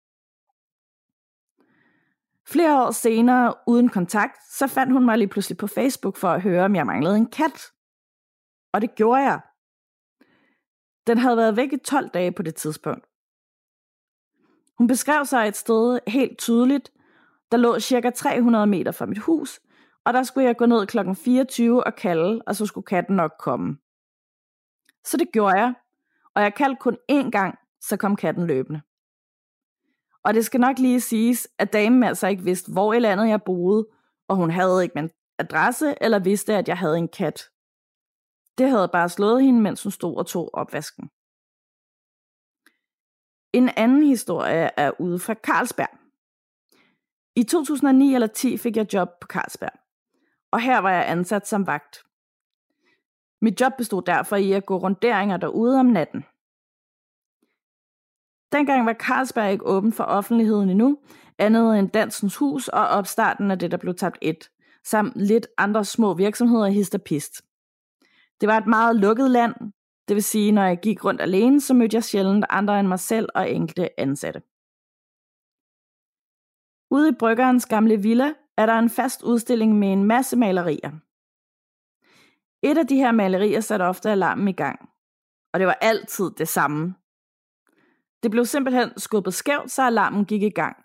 Flere år senere, uden kontakt, så fandt hun mig lige pludselig på Facebook for at høre, om jeg manglede en kat. Og det gjorde jeg. Den havde været væk i 12 dage på det tidspunkt. Hun beskrev sig et sted helt tydeligt, der lå cirka 300 meter fra mit hus, og der skulle jeg gå ned kl. 24 og kalde, og så skulle katten nok komme. Så det gjorde jeg, og jeg kaldte kun 1 gang, så kom katten løbende. Og det skal nok lige siges, at damen altså ikke vidste, hvor i landet jeg boede, og hun havde ikke min adresse, eller vidste, at jeg havde en kat. Det havde bare slået hende, mens hun stod og tog opvasken. En anden historie er ude fra Carlsberg. I 2009 eller 10 fik jeg job på Carlsberg, og her var jeg ansat som vagt. Mit job bestod derfor i at gå runderinger derude om natten. Dengang var Carlsberg ikke åben for offentligheden endnu, andet end Dansens Hus og opstarten af det, der blev tabt 1, samt lidt andre små virksomheder hist og pist. Det var et meget lukket land, det vil sige, når jeg gik rundt alene, så mødte jeg sjældent andre end mig selv og enkelte ansatte. Ude i bryggerens gamle villa er der en fast udstilling med en masse malerier. Et af de her malerier satte ofte alarmen i gang, og det var altid det samme. Det blev simpelthen skubbet skævt, så alarmen gik i gang.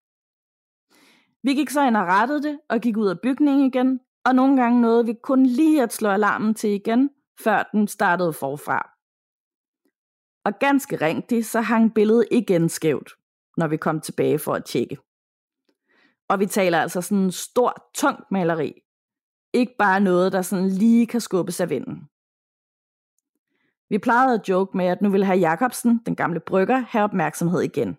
Vi gik så ind og rettede det, og gik ud af bygningen igen, og nogle gange nåede vi kun lige at slå alarmen til igen, før den startede forfra. Og ganske rigtigt, så hang billedet igen skævt, når vi kom tilbage for at tjekke. Og vi taler altså sådan en stor, tungt maleri. Ikke bare noget, der sådan lige kan skubbes af vinden. Vi plejede at joke med, at nu ville hr. Jacobsen, den gamle brygger, have opmærksomhed igen.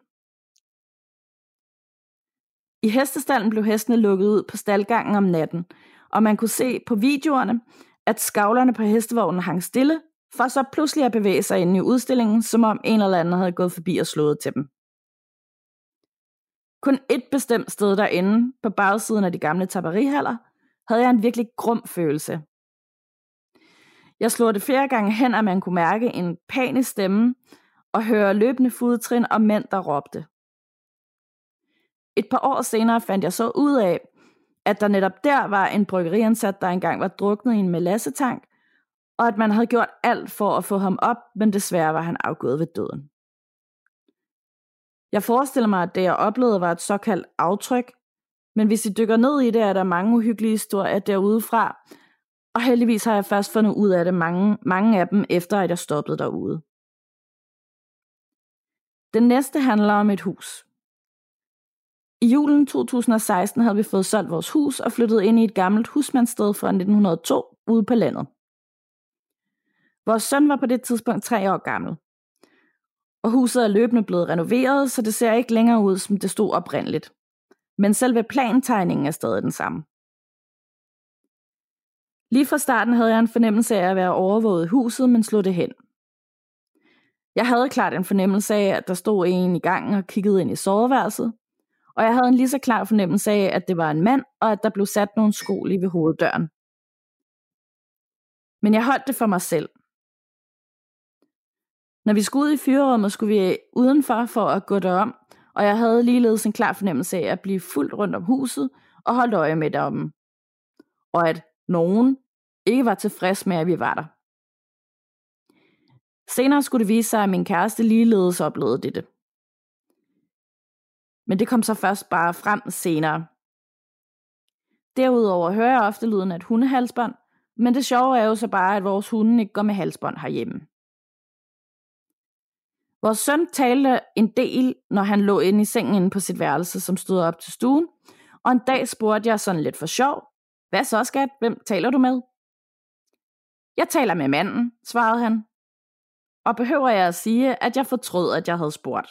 I hestestallen blev hestene lukket ud på staldgangen om natten, og man kunne se på videoerne, at skavlerne på hestevognen hang stille, for så pludselig at bevæge sig inde i udstillingen, som om en eller anden havde gået forbi og slået til dem. Kun et bestemt sted derinde, på bagsiden af de gamle tapperihaller, havde jeg en virkelig grum følelse. Jeg slog det flere gange hen, at man kunne mærke en panisk stemme og høre løbende fodtrin og mænd, der råbte. Et par år senere fandt jeg så ud af, at der netop der var en bryggeriansat, der engang var druknet i en melassetank, og at man havde gjort alt for at få ham op, men desværre var han afgået ved døden. Jeg forestiller mig, at det jeg oplevede var et såkaldt aftryk, men hvis I dykker ned i det, er der mange uhyggelige historier derudefra, og heldigvis har jeg først fundet ud af det mange af dem, efter at jeg stoppede derude. Den næste handler om et hus. I julen 2016 havde vi fået solgt vores hus og flyttet ind i et gammelt husmandssted fra 1902 ude på landet. Vores søn var på det tidspunkt 3 år gammel, og huset er løbende blevet renoveret, så det ser ikke længere ud, som det stod oprindeligt. Men selve plantegningen er stadig den samme. Lige fra starten havde jeg en fornemmelse af at være overvåget i huset, men slog det hen. Jeg havde klart en fornemmelse af, at der stod en i gangen og kiggede ind i soveværelset, og jeg havde en lige så klar fornemmelse af, at det var en mand, og at der blev sat nogle sko lige ved hoveddøren. Men jeg holdt det for mig selv. Når vi skulle ud i fyrerummet, skulle vi udenfor for at gå derom, og jeg havde ligeledes en klar fornemmelse af at blive fuldt rundt om huset og holdt øje med derom. Og at nogen ikke var tilfreds med, at vi var der. Senere skulle det vise sig, at min kæreste ligeledes oplevede dette. Men det kom så først bare frem senere. Derudover hører jeg ofte lyden af et hundehalsbånd, men det sjove er jo så bare, at vores hunde ikke går med halsbånd herhjemme. Vores søn talte en del, når han lå inde i sengen inde på sit værelse, som stod op til stuen, og en dag spurgte jeg sådan lidt for sjov, hvad så skat, hvem taler du med? Jeg taler med manden, svarede han. Og behøver jeg at sige, at jeg fortrød, at jeg havde spurgt.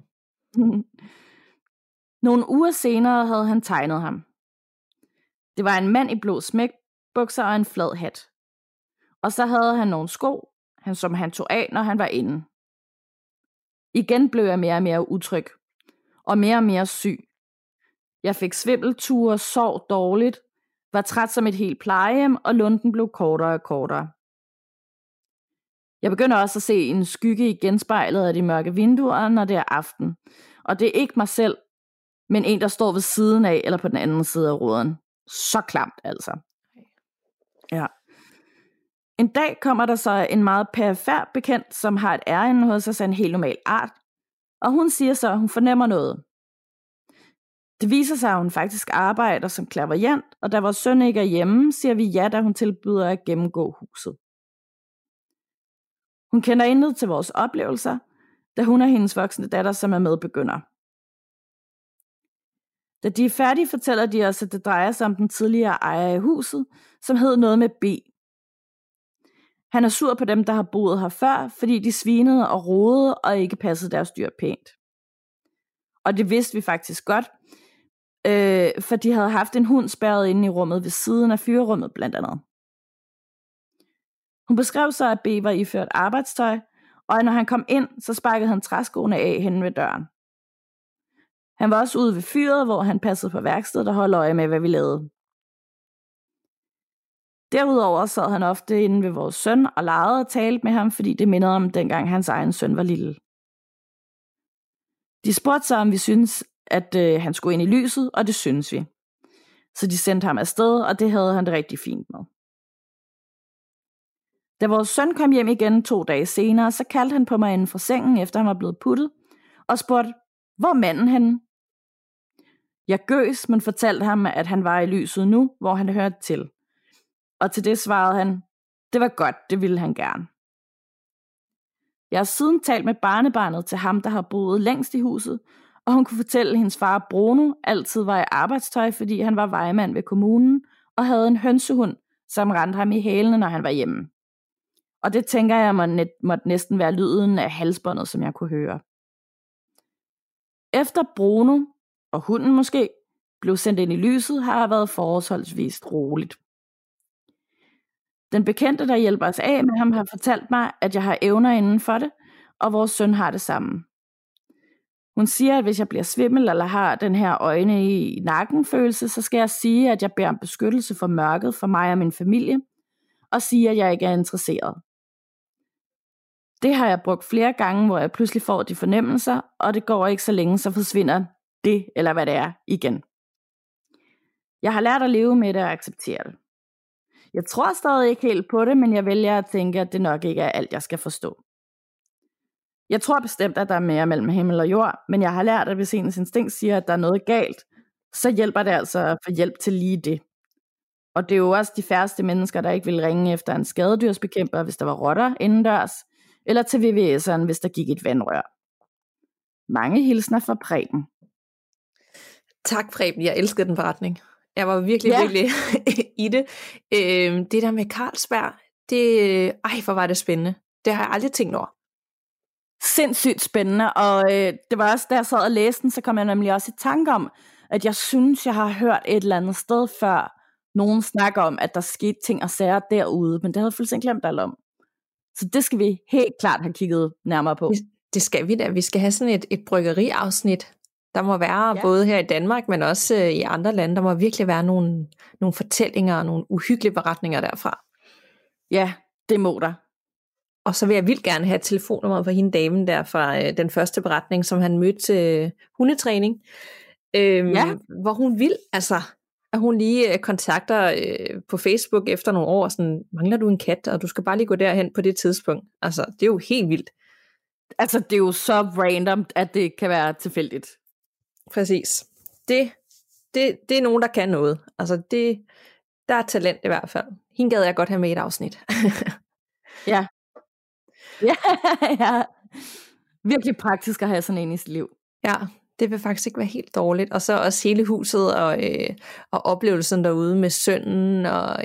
Nogle uger senere havde han tegnet ham. Det var en mand i blå smækbukser og en flad hat. Og så havde han nogle sko, som han tog af, når han var inde. Igen blev jeg mere og mere utryg, og mere syg. Jeg fik svimbelture, sov dårligt, var træt som et helt plejehjem, og lunden blev kortere og kortere. Jeg begynder også at se en skygge i genspejlet af de mørke vinduer, når det er aften. Og det er ikke mig selv, men en, der står ved siden af, eller på den anden side af ruden. Så klamt altså. Ja. En dag kommer der så en meget perifer bekendt, som har et ærinde hos os af en helt normal art. Og hun siger så, at hun fornemmer noget. Det viser sig, at hun faktisk arbejder som clairvoyant, og da vores søn ikke er hjemme, siger vi ja, da hun tilbyder at gennemgå huset. Hun kender intet til vores oplevelser, da hun og hendes voksne datter, som er medbegynder. Da de er færdige, fortæller de os, at det drejer sig om den tidligere ejer i huset, som hed noget med B. Han er sur på dem, der har boet her før, fordi de svinede og rodede og ikke passede deres dyr pænt. Og det vidste vi faktisk godt, for de havde haft en hund spærret inde i rummet ved siden af fyrerummet blandt andet. Hun beskrev så, at B var iført arbejdstøj, og når han kom ind, så sparkede han træskoene af henne ved døren. Han var også ude ved fyret, hvor han passede på værkstedet og holdt øje med, hvad vi lavede. Derudover sad han ofte inde ved vores søn og legede og talte med ham, fordi det mindede om dengang hans egen søn var lille. De spurgte så, om vi syntes, at han skulle ind i lyset, og det syntes vi. Så de sendte ham afsted, og det havde han det rigtig fint med. Da vores søn kom hjem igen 2 dage senere, så kaldte han på mig inden for sengen, efter han var blevet puttet, og spurgte, hvor er manden henne? Jeg gøs, men fortalte ham, at han var i lyset nu, hvor han hørte til. Og til det svarede han, det var godt, det ville han gerne. Jeg har siden talt med barnebarnet til ham, der har boet længst i huset, og hun kunne fortælle, at hendes far Bruno altid var i arbejdstøj, fordi han var vejmand ved kommunen, og havde en hønsehund, som rendte ham i hælene, når han var hjemme. Og det tænker jeg måtte næsten være lyden af halsbåndet, som jeg kunne høre. Efter Bruno, og hunden måske, blev sendt ind i lyset, har jeg været forholdsvis roligt. Den bekendte, der hjælper os af med ham, har fortalt mig, at jeg har evner inden for det, og vores søn har det samme. Hun siger, at hvis jeg bliver svimmel eller har den her øjne i nakken følelse, så skal jeg sige, at jeg beder om beskyttelse for mørket for mig og min familie, og sige, at jeg ikke er interesseret. Det har jeg brugt flere gange, hvor jeg pludselig får de fornemmelser, og det går ikke så længe, så forsvinder det, eller hvad det er, igen. Jeg har lært at leve med det og acceptere det. Jeg tror stadig ikke helt på det, men jeg vælger at tænke, at det nok ikke er alt, jeg skal forstå. Jeg tror bestemt, at der er mere mellem himmel og jord, men jeg har lært, at hvis ens instinkt siger, at der er noget galt, så hjælper det altså at få hjælp til lige det. Og det er jo også de færreste mennesker, der ikke vil ringe efter en skadedyrsbekæmper, hvis der var rotter indendørs, eller til VVS'eren, hvis der gik et vandrør. Mange hilsner fra Preben. Tak, Preben. Jeg elskede den beretning. Jeg var virkelig i det. Det der med Carlsberg, hvor var det spændende. Det har jeg aldrig tænkt over. Sindssygt spændende, og det var også, da jeg sad og læste den, så kom jeg nemlig også i tanke om, at jeg synes, jeg har hørt et eller andet sted før, nogen snakker om, at der skete ting og sager derude, men det havde jeg fuldstændig glemt alt om. Så det skal vi helt klart have kigget nærmere på. Det skal vi da. Vi skal have sådan et bryggeriafsnit. Der må være både her i Danmark, men også i andre lande. Der må virkelig være nogle fortællinger og nogle uhyggelige beretninger derfra. Ja, det må der. Og så vil jeg vildt gerne have telefonnummeret for hende damen der fra den første beretning, som han mødte til hundetræning. Hvor hun vil, altså, at hun lige kontakter på Facebook efter nogle år, sådan, mangler du en kat, og du skal bare lige gå derhen på det tidspunkt. Altså, det er jo helt vildt. Altså, det er jo så random, at det kan være tilfældigt. Præcis. Det er nogen, der kan noget. Altså, der er talent i hvert fald. Hende gad jeg godt have med i et afsnit. Ja. Ja. Virkelig praktisk at have sådan en i sit liv. Ja, det vil faktisk ikke være helt dårligt. Og så også hele huset og oplevelsen derude med sønnen. Og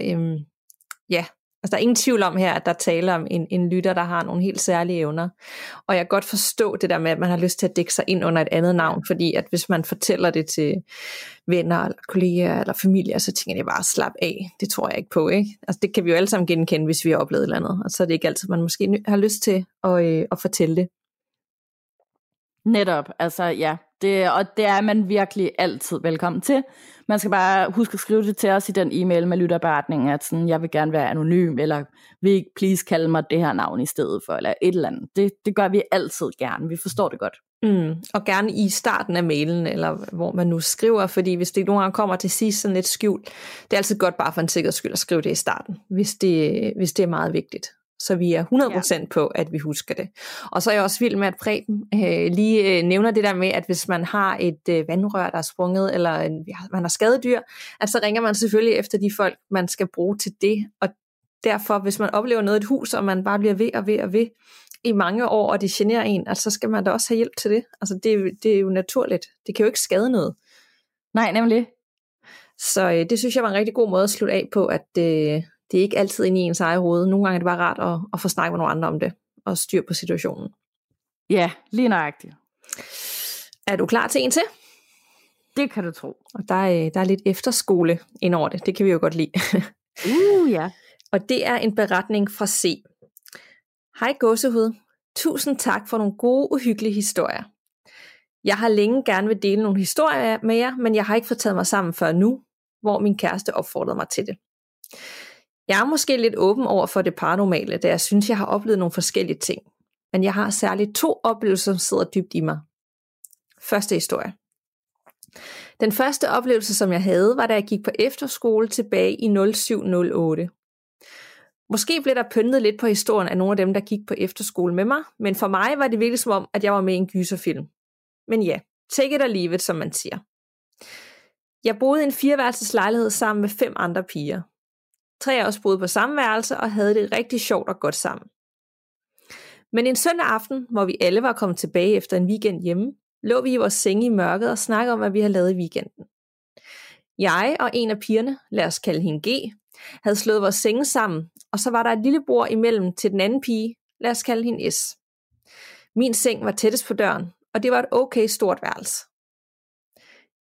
altså der er ingen tvivl om her, at der taler om en lytter, der har nogle helt særlige evner. Og jeg kan godt forstå det der med, at man har lyst til at dække sig ind under et andet navn, fordi at hvis man fortæller det til venner, eller kolleger, eller familie, så tænker jeg bare, slap af. Det tror jeg ikke på, ikke? Altså det kan vi jo alle sammen genkende, hvis vi har oplevet et eller andet. Og så er det ikke altid, man måske har lyst til at fortælle det. Netop, altså ja. Og det er man virkelig altid velkommen til. Man skal bare huske at skrive det til os i den e-mail med lytterberetningen, at sådan, jeg vil gerne være anonym, eller vil ikke please kalde mig det her navn i stedet for, eller et eller andet. Det gør vi altid gerne, vi forstår det godt. Og gerne i starten af mailen, eller hvor man nu skriver, fordi hvis det nogle gange kommer til sidst sådan lidt skjult, det er altid godt bare for en sikkerheds skyld at skrive det i starten, hvis det er meget vigtigt. Så vi er 100% på, at vi husker det. Og så er jeg også vild med, at Preben lige nævner det der med, at hvis man har et vandrør, der er sprunget, eller man har skadedyr, at så ringer man selvfølgelig efter de folk, man skal bruge til det. Og derfor, hvis man oplever noget i et hus, og man bare bliver ved i mange år, og det generer en, altså, så skal man da også have hjælp til det. Altså det er jo naturligt. Det kan jo ikke skade noget. Nej, nemlig. Så det synes jeg var en rigtig god måde at slutte af på, at det er ikke altid inde i ens eget hoved. Nogle gange er det bare rart at få snakket med nogle andre om det, og styr på situationen. Ja, lige nøjagtigt. Er du klar til en til? Det kan du tro. Og der er lidt efterskole ind over det. Det kan vi jo godt lide. Ja. Og det er en beretning fra C. Hej gåsehud. Tusind tak for nogle gode, uhyggelige historier. Jeg har længe gerne vil dele nogle historier med jer, men jeg har ikke fået taget mig sammen før nu, hvor min kæreste opfordrede mig til det. Jeg er måske lidt åben over for det paranormale, da jeg synes, jeg har oplevet nogle forskellige ting. Men jeg har særligt 2 oplevelser, som sidder dybt i mig. Første historie. Den første oplevelse, som jeg havde, var da jeg gik på efterskole tilbage i 0708. Måske blev der pyntet lidt på historien af nogle af dem, der gik på efterskole med mig, men for mig var det virkelig som om, at jeg var med i en gyserfilm. Men ja, take it or leave it, som man siger. Jeg boede i en 4-værelseslejlighed sammen med 5 andre piger. 3 af os boede på samme værelse og havde det rigtig sjovt og godt sammen. Men en søndag aften, hvor vi alle var kommet tilbage efter en weekend hjemme, lå vi i vores senge i mørket og snakkede om, hvad vi havde lavet i weekenden. Jeg og en af pigerne, lad os kalde hende G, havde slået vores senge sammen, og så var der et lille bord imellem til den anden pige, lad os kalde hende S. Min seng var tættest på døren, og det var et okay stort værelse.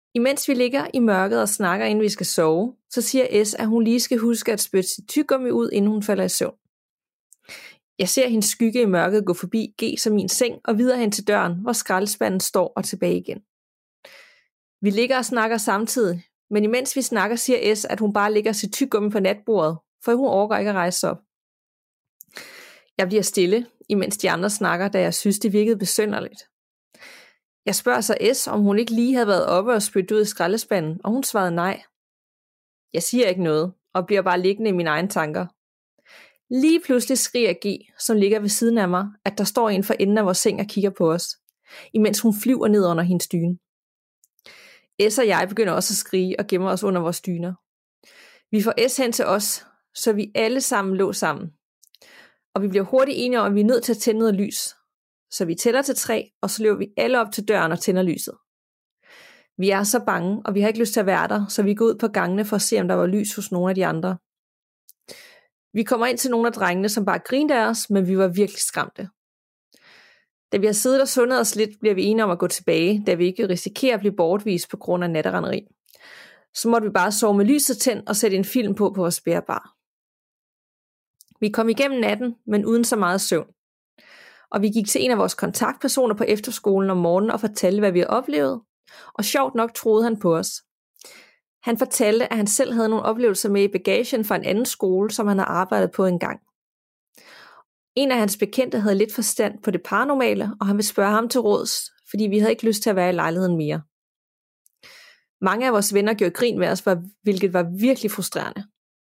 Imens vi ligger i mørket og snakker, inden vi skal sove, så siger S, at hun lige skal huske at spytte sit tyggegummi ud, inden hun falder i søvn. Jeg ser hendes skygge i mørket gå forbi G som min seng og videre hen til døren, hvor skraldespanden står og tilbage igen. Vi ligger og snakker samtidig, men imens vi snakker, siger S, at hun bare lægger sit tyggegummi på natbordet, for hun overgår ikke at rejse sig op. Jeg bliver stille, imens de andre snakker, da jeg synes, det virkede besynderligt. Jeg spørger så S, om hun ikke lige havde været oppe og spyttet ud i skraldespanden, og hun svarede nej. Jeg siger ikke noget, og bliver bare liggende i mine egne tanker. Lige pludselig skriger G, som ligger ved siden af mig, at der står en for enden af vores seng og kigger på os, imens hun flyver ned under hendes dyne. S og jeg begynder også at skrige og gemmer os under vores dyner. Vi får S hen til os, så vi alle sammen lå sammen. Og vi bliver hurtigt enige om, at vi er nødt til at tænde noget lys. Så vi tæller til 3, og så løber vi alle op til døren og tænder lyset. Vi er så bange, og vi har ikke lyst til at være der, så vi går ud på gangene for at se, om der var lys hos nogle af de andre. Vi kommer ind til nogle af drengene, som bare grinede af os, men vi var virkelig skræmte. Da vi har siddet og sundet os lidt, bliver vi enige om at gå tilbage, da vi ikke risikerer at blive bortvist på grund af natterenderi. Så måtte vi bare sove med lyset tændt og sætte en film på vores bærebar. Vi kom igennem natten, men uden så meget søvn. Og vi gik til en af vores kontaktpersoner på efterskolen om morgenen og fortalte, hvad vi havde oplevet. Og sjovt nok troede han på os. Han fortalte, at han selv havde nogle oplevelser med i bagagen fra en anden skole, som han havde arbejdet på engang. En af hans bekendte havde lidt forstand på det paranormale, og han ville spørge ham til råds, fordi vi havde ikke lyst til at være i lejligheden mere. Mange af vores venner gjorde grin med os, hvilket var virkelig frustrerende.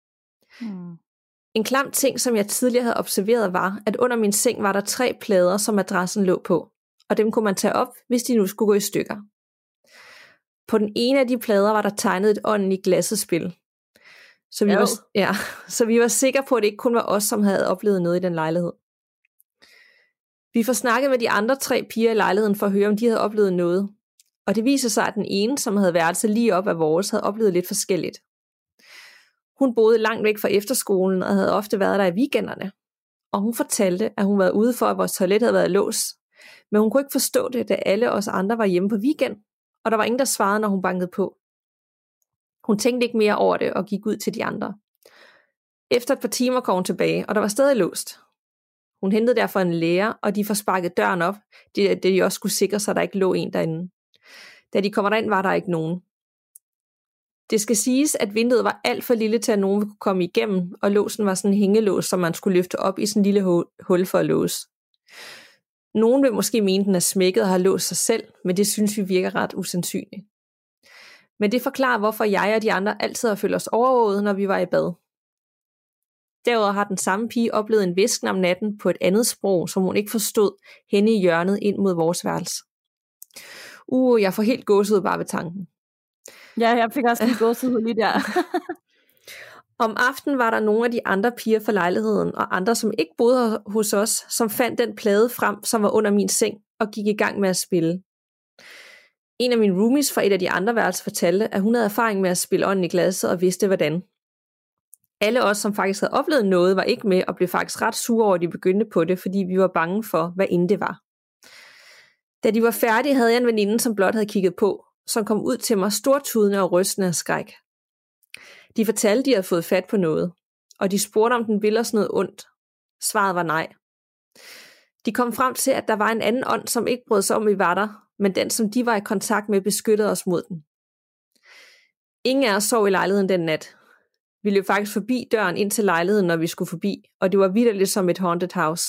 En klam ting, som jeg tidligere havde observeret, var, at under min seng var der 3 plader, som madrassen lå på, og dem kunne man tage op, hvis de nu skulle gå i stykker. På den ene af de plader var der tegnet et ånden i glasset spil. Så vi var sikre på, at det ikke kun var os, som havde oplevet noget i den lejlighed. Vi får snakket med de andre 3 piger i lejligheden for at høre, om de havde oplevet noget. Og det viser sig, at den ene, som havde værelse lige op af vores, havde oplevet lidt forskelligt. Hun boede langt væk fra efterskolen og havde ofte været der i weekenderne. Og hun fortalte, at hun var ude for, at vores toilet havde været låst. Men hun kunne ikke forstå det, da alle os andre var hjemme på weekend, og der var ingen, der svarede, når hun bankede på. Hun tænkte ikke mere over det og gik ud til de andre. Efter et par timer kom hun tilbage, og der var stadig låst. Hun hentede derfor en lærer, og de får sparket døren op, det de også skulle sikre sig, at der ikke lå en derinde. Da de kommer derind, var der ikke nogen. Det skal siges, at vinduet var alt for lille til, at nogen kunne komme igennem, og låsen var sådan en hængelås, som man skulle løfte op i sådan en lille hul for at låse. Nogen vil måske mene, den er smækket og har låst sig selv, men det synes vi virker ret usandsynligt. Men det forklarer, hvorfor jeg og de andre altid har følt os overvåget, når vi var i bad. Derudover har den samme pige oplevet en hvisken om natten på et andet sprog, som hun ikke forstod, henne i hjørnet ind mod vores værelse. Jeg får helt gåsehud bare ved tanken. Ja, jeg fik også lige gåsehud lige der. Om aftenen var der nogle af de andre piger fra lejligheden, og andre, som ikke boede hos os, som fandt den plade frem, som var under min seng, og gik i gang med at spille. En af mine roomies fra et af de andre værelser fortalte, at hun havde erfaring med at spille ånden i glasset og vidste hvordan. Alle os, som faktisk havde oplevet noget, var ikke med og blev faktisk ret sure over, at de begyndte på det, fordi vi var bange for, hvad end det var. Da de var færdige, havde jeg en veninde, som blot havde kigget på, som kom ud til mig stortudende og rystende af skræk. De fortalte, de havde fået fat på noget, og de spurgte, om den ville os noget ondt. Svaret var nej. De kom frem til, at der var en anden ånd, som ikke brød sig om, vi var der, men den, som de var i kontakt med, beskyttede os mod den. Ingen af os sov i lejligheden den nat. Vi løb faktisk forbi døren ind til lejligheden, når vi skulle forbi, og det var vitterligt som et haunted house.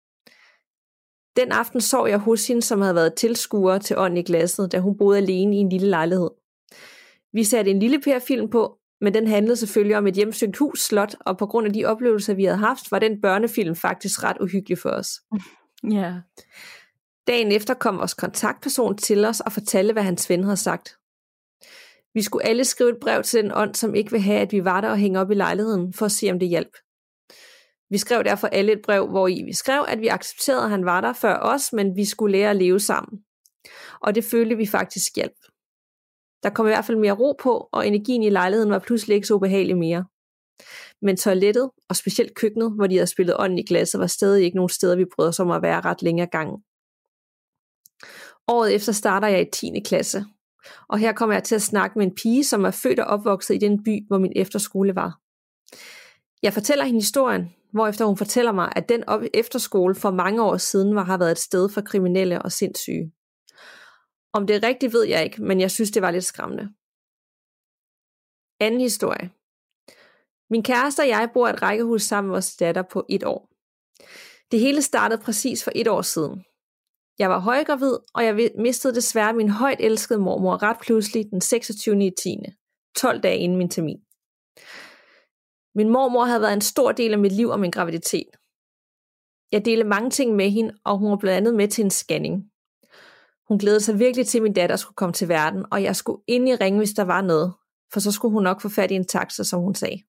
Den aften sov jeg hos hende, som havde været tilskuer til ånden i glasset, da hun boede alene i en lille lejlighed. Vi satte en lille Per-film på, men den handlede selvfølgelig om et hjemsøgt hus, slot, og på grund af de oplevelser, vi havde haft, var den børnefilm faktisk ret uhyggelig for os. Ja. Dagen efter kom vores kontaktperson til os og fortalte, hvad hans ven havde sagt. Vi skulle alle skrive et brev til den ånd, som ikke vil have, at vi var der og hænge op i lejligheden, for at se, om det hjalp. Vi skrev derfor alle et brev, hvor vi skrev, at vi accepterede, at han var der før os, men vi skulle lære at leve sammen. Og det følte vi faktisk hjalp. Der kom i hvert fald mere ro på, og energien i lejligheden var pludselig ikke så ubehagelig mere. Men toilettet, og specielt køkkenet, hvor de havde spillet ånden i glasset, var stadig ikke nogen steder, vi brød os om at være ret længere gangen. Året efter starter jeg i 10. klasse, Og her kommer jeg til at snakke med en pige, som er født og opvokset i den by, hvor min efterskole var. Jeg fortæller hende historien, hvorefter hun fortæller mig, at den efterskole for mange år siden har været et sted for kriminelle og sindssyge. Om det er rigtigt, ved jeg ikke, men jeg synes, det var lidt skræmmende. Anden historie. Min kæreste og jeg bor i et rækkehus sammen med vores datter på 1 år. Det hele startede præcis for 1 år siden. Jeg var højgravid, og jeg mistede desværre min højt elskede mormor ret pludselig den 26.10., 12 dage inden min termin. Min mormor havde været en stor del af mit liv og min graviditet. Jeg delte mange ting med hende, og hun var blandt andet med til en scanning. Hun glædede sig virkelig til, at min datter skulle komme til verden, og jeg skulle endelig ringe, hvis der var noget, for så skulle hun nok få fat i en taxa, som hun sagde.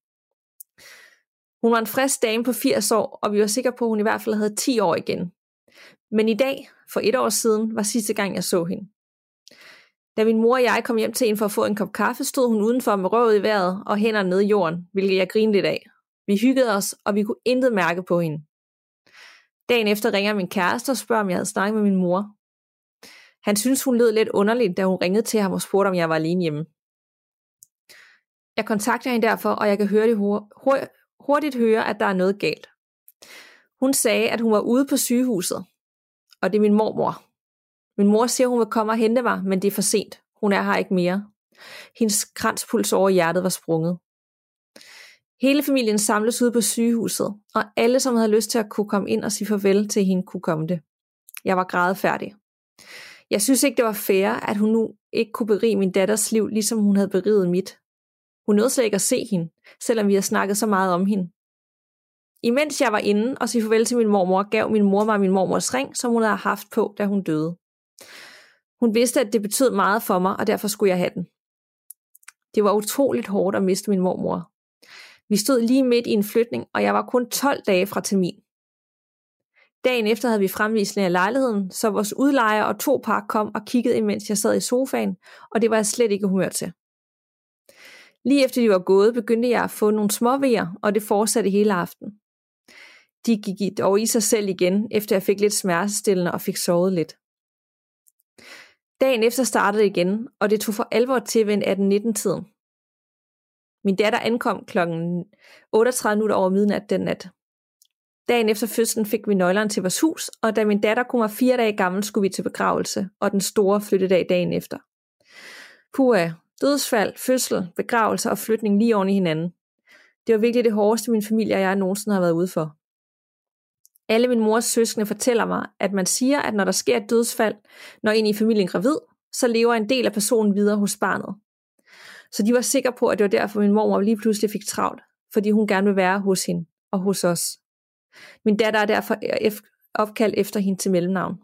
Hun var en frisk dame på 80 år, og vi var sikre på, at hun i hvert fald havde 10 år igen. Men i dag, for 1 år siden, var sidste gang, jeg så hende. Da min mor og jeg kom hjem til hende for at få en kop kaffe, stod hun udenfor med røvet i vejret og hænderne nede i jorden, hvilket jeg grinede lidt af. Vi hyggede os, og vi kunne intet mærke på hende. Dagen efter ringer min kæreste og spørger, om jeg havde snakket med min mor. Han synes, hun lød lidt underligt, da hun ringede til ham og spurgte, om jeg var alene hjemme. Jeg kontakter hende derfor, og jeg kan hurtigt høre, at der er noget galt. Hun sagde, at hun var ude på sygehuset, og det er min mormor. Min mor siger, hun vil komme og hente mig, men det er for sent. Hun er her ikke mere. Hendes kranspuls over hjertet var sprunget. Hele familien samles ude på sygehuset, og alle, som havde lyst til at kunne komme ind og sige farvel til hende, kunne komme det. Jeg var grædefærdig. Jeg synes ikke, det var fair, at hun nu ikke kunne berige min datters liv, ligesom hun havde beriget mit. Hun nåede slet ikke at se hende, selvom vi havde snakket så meget om hende. Imens jeg var inde og sige farvel til min mormor, gav min mor mig min mormors ring, som hun havde haft på, da hun døde. Hun vidste, at det betød meget for mig, og derfor skulle jeg have den. Det var utroligt hårdt at miste min mormor. Vi stod lige midt i en flytning, og jeg var kun 12 dage fra termin. Dagen efter havde vi fremvisning af lejligheden, så vores udlejer og 2 par kom og kiggede, imens jeg sad i sofaen, og det var jeg slet ikke humør til. Lige efter de var gået, begyndte jeg at få nogle småvejer, og det fortsatte hele aften. De gik dog i sig selv igen, efter jeg fik lidt smertestillende og fik sovet lidt. Dagen efter startede det igen, og det tog for alvor til ved 18-19-tiden. Min datter ankom kl. 38 over midnat den nat. Dagen efter fødslen fik vi nøglerne til vores hus, og da min datter kun var 4 dage gammel, skulle vi til begravelse, og den store flyttedag dagen efter. Puha, dødsfald, fødsel, begravelse og flytning lige oven i hinanden. Det var virkelig det hårdeste, min familie og jeg nogensinde har været ude for. Alle min mors søskende fortæller mig, at man siger, at når der sker et dødsfald, når en i familien er gravid, så lever en del af personen videre hos barnet. Så de var sikre på, at det var derfor, min mormor lige pludselig fik travlt, fordi hun gerne vil være hos hende og hos os. Min datter er derfor opkaldt efter hende til mellemnavn.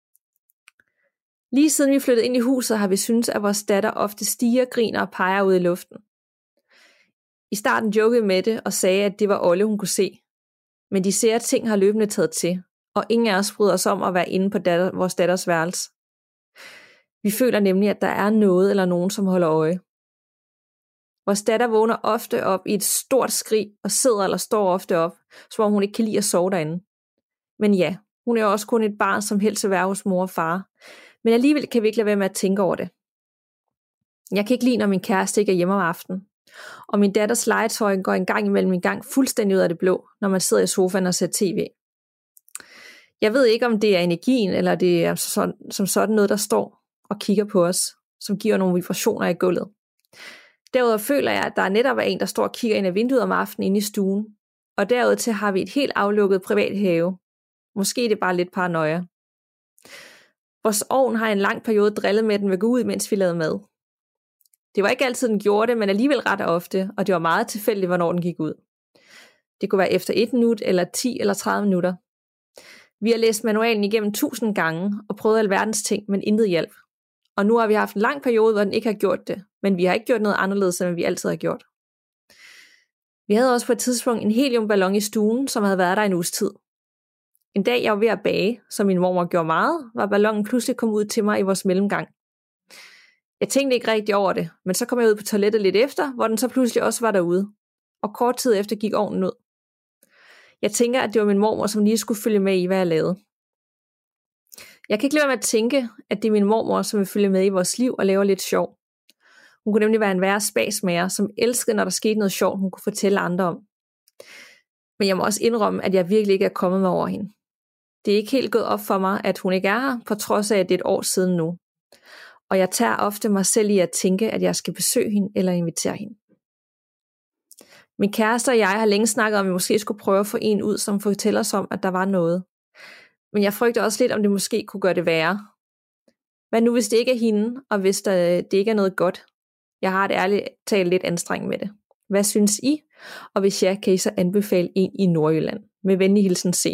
Lige siden vi flyttede ind i huset, har vi syntes, at vores datter ofte stiger, griner og peger ud i luften. I starten jokede med det og sagde, at det var Olle, hun kunne se. Men de sære ting har løbende taget til, og ingen af os bryder os om at være inde på vores datters værelse. Vi føler nemlig, at der er noget eller nogen, som holder øje. Vores datter vågner ofte op i et stort skrig og sidder eller står ofte op, som om hun ikke kan lide at sove derinde. Men ja, hun er også kun et barn, som helst vil være hos mor og far. Men alligevel kan vi ikke lade være med at tænke over det. Jeg kan ikke lide, når min kæreste ikke er hjemme om aftenen. Og min datters legetøj går en gang imellem en gang fuldstændig ud af det blå, når man sidder i sofaen og ser tv. Jeg ved ikke, om det er energien, eller det er som sådan noget, der står og kigger på os, som giver nogle vibrationer i gulvet. Derudover føler jeg, at der netop er en, der står og kigger ind ad vinduet om aftenen inde i stuen. Og derudover har vi et helt aflukket privat have. Måske er det bare lidt paranoia. Vores ovn har en lang periode drillet med, at den vil gå ud, mens vi lavede mad. Det var ikke altid, den gjorde det, men alligevel ret ofte, og det var meget tilfældigt, hvornår den gik ud. Det kunne være efter 1 minut, eller 10 eller 30 minutter. Vi har læst manualen igennem 1000 gange, og prøvet alverdens ting, men intet hjælp. Og nu har vi haft en lang periode, hvor den ikke har gjort det, men vi har ikke gjort noget anderledes, end vi altid har gjort. Vi havde også på et tidspunkt en heliumballon i stuen, som havde været der en uges tid. En dag, jeg var ved at bage, som min mormor gjorde meget, var ballonen pludselig kommet ud til mig i vores mellemgang. Jeg tænkte ikke rigtig over det, men så kom jeg ud på toilettet lidt efter, hvor den så pludselig også var derude. Og kort tid efter gik ovnen ud. Jeg tænker, at det var min mormor, som lige skulle følge med i, hvad jeg lavede. Jeg kan ikke lade være med at tænke, at det er min mormor, som vil følge med i vores liv og lave lidt sjov. Hun kunne nemlig være en værre spasmager, som elskede, når der skete noget sjovt, hun kunne fortælle andre om. Men jeg må også indrømme, at jeg virkelig ikke er kommet mig over hende. Det er ikke helt gået op for mig, at hun ikke er her, på trods af, at det er et år siden nu. Og jeg tager ofte mig selv i at tænke, at jeg skal besøge hende eller invitere hende. Min kæreste og jeg har længe snakket om, at vi måske skulle prøve at få en ud, som fortæller os om, at der var noget. Men jeg frygter også lidt, om det måske kunne gøre det værre. Hvad nu, hvis det ikke er hende, og hvis det ikke er noget godt? Jeg har et ærligt talt lidt anstrengt med det. Hvad synes I? Og hvis ja, kan I så anbefale en i Nordjylland? Med venlig hilsen C.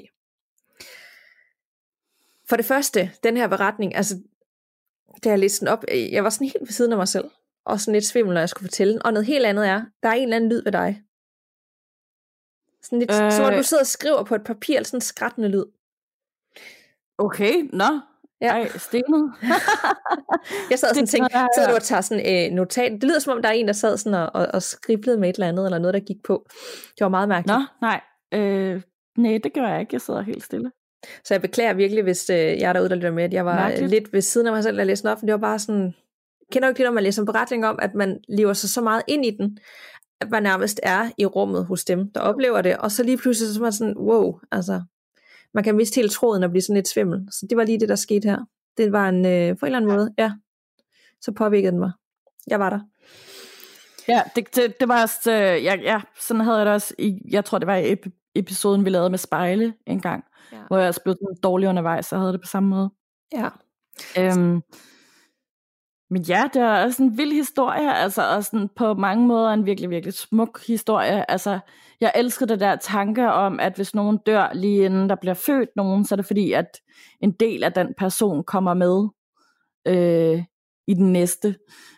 For det første, den her beretning, altså, da jeg læste den op, jeg var sådan helt ved siden af mig selv, og sådan lidt svimmel, når jeg skulle fortælle den. Og noget helt andet er, der er en eller anden lyd ved dig. Sådan lidt, som du sidder og skriver på et papir, sådan en skrattende lyd. Okay, nå. Ja. Ej, stenet. Jeg sad sådan og tænkte, sidder du og tager sådan notat? Det lyder som om, der er en, der sad sådan og skriblede med et eller andet, eller noget, der gik på. Det var meget mærkeligt. Nå, nej. Nej, det gør jeg ikke. Jeg sidder helt stille. Så jeg beklager virkelig, hvis jeg er derude, der lytter med, at jeg var mærkeligt. Lidt ved siden af mig selv, da jeg læste den op. Det var bare sådan, kender du ikke det, når man læser en beretning om, at man lever sig så meget ind i den, at man nærmest er i rummet hos dem, der oplever det, og så lige pludselig så er man sådan, wow, altså, man kan miste hele tråden og blive sådan lidt svimmel. Så det var lige det, der skete her. Det var en, på en eller anden måde, ja, så påvirkede den mig. Jeg var der. Ja, det var også, ja, sådan havde jeg det også, jeg tror det var i episoden, vi lavede med spejle en gang, hvor jeg også blev dårlig undervejs, så havde det på samme måde. Ja. Men ja, det er også en vild historie, altså også sådan på mange måder en virkelig, virkelig smuk historie. Altså, jeg elsker det der tanke om, at hvis nogen dør lige inden der bliver født nogen, så er det fordi, at en del af den person kommer med i den næste.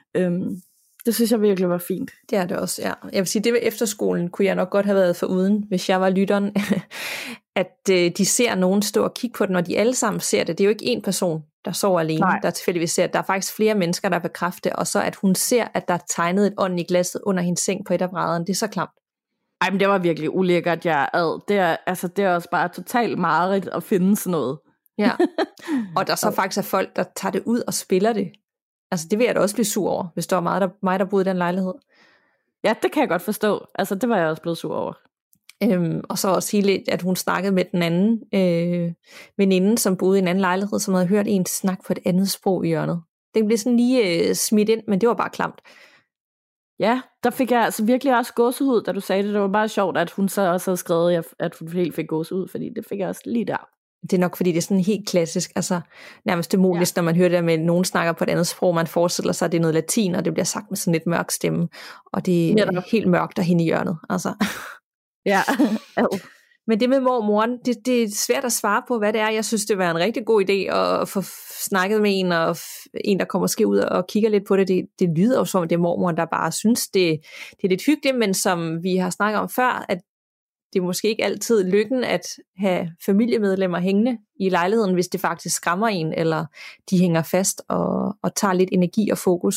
Det synes jeg virkelig var fint. Det er det også, ja. Jeg vil sige, det ved efterskolen kunne jeg nok godt have været foruden, hvis jeg var lytteren, at de ser nogen stå og kigge på den, og de alle sammen ser det. Det er jo ikke én person, der sover alene, der tilfældigvis ser, at der er faktisk flere mennesker, der bekræfter, og så at hun ser, at der er tegnet et ånd i glasset under hendes seng på et af brædderne. Det er så klamt. Ej, men det var virkelig ulækkert, det er også bare totalt mareridt at finde sådan noget. Ja, og der så faktisk er folk, der tager det ud og spiller det. Altså det vil jeg da også blive sur over, hvis der var mig, der boede i den lejlighed. Ja, det kan jeg godt forstå. Altså det var jeg også blevet sur over. Og så også hele, at hun snakkede med den anden veninde, som boede i en anden lejlighed, som havde hørt en snak på et andet sprog i hjørnet. Den blev sådan lige smidt ind, men det var bare klamt. Ja, der fik jeg altså virkelig også gåsehud, da du sagde det. Det var bare sjovt, at hun så også havde skrevet, at hun helt fik gåsehud, fordi det fik jeg også lige der. Det er nok, fordi det er sådan helt klassisk, altså nærmest dæmonisk, når man hører det der med, at nogen snakker på et andet sprog, man forestiller sig, at det er noget latin, og det bliver sagt med sådan lidt mørk stemme, og det er helt mørkt derhen i hjørnet, altså. Ja. Men det med mormoren, det er svært at svare på, hvad det er. Jeg synes, det var en rigtig god idé at få snakket med en, og en, der kommer måske ud og kigger lidt på det. Det lyder jo som, det er mormoren, der bare synes, det er lidt hyggeligt, men som vi har snakket om før, at det er måske ikke altid lykken at have familiemedlemmer hængende i lejligheden, hvis det faktisk skræmmer en, eller de hænger fast og tager lidt energi og fokus.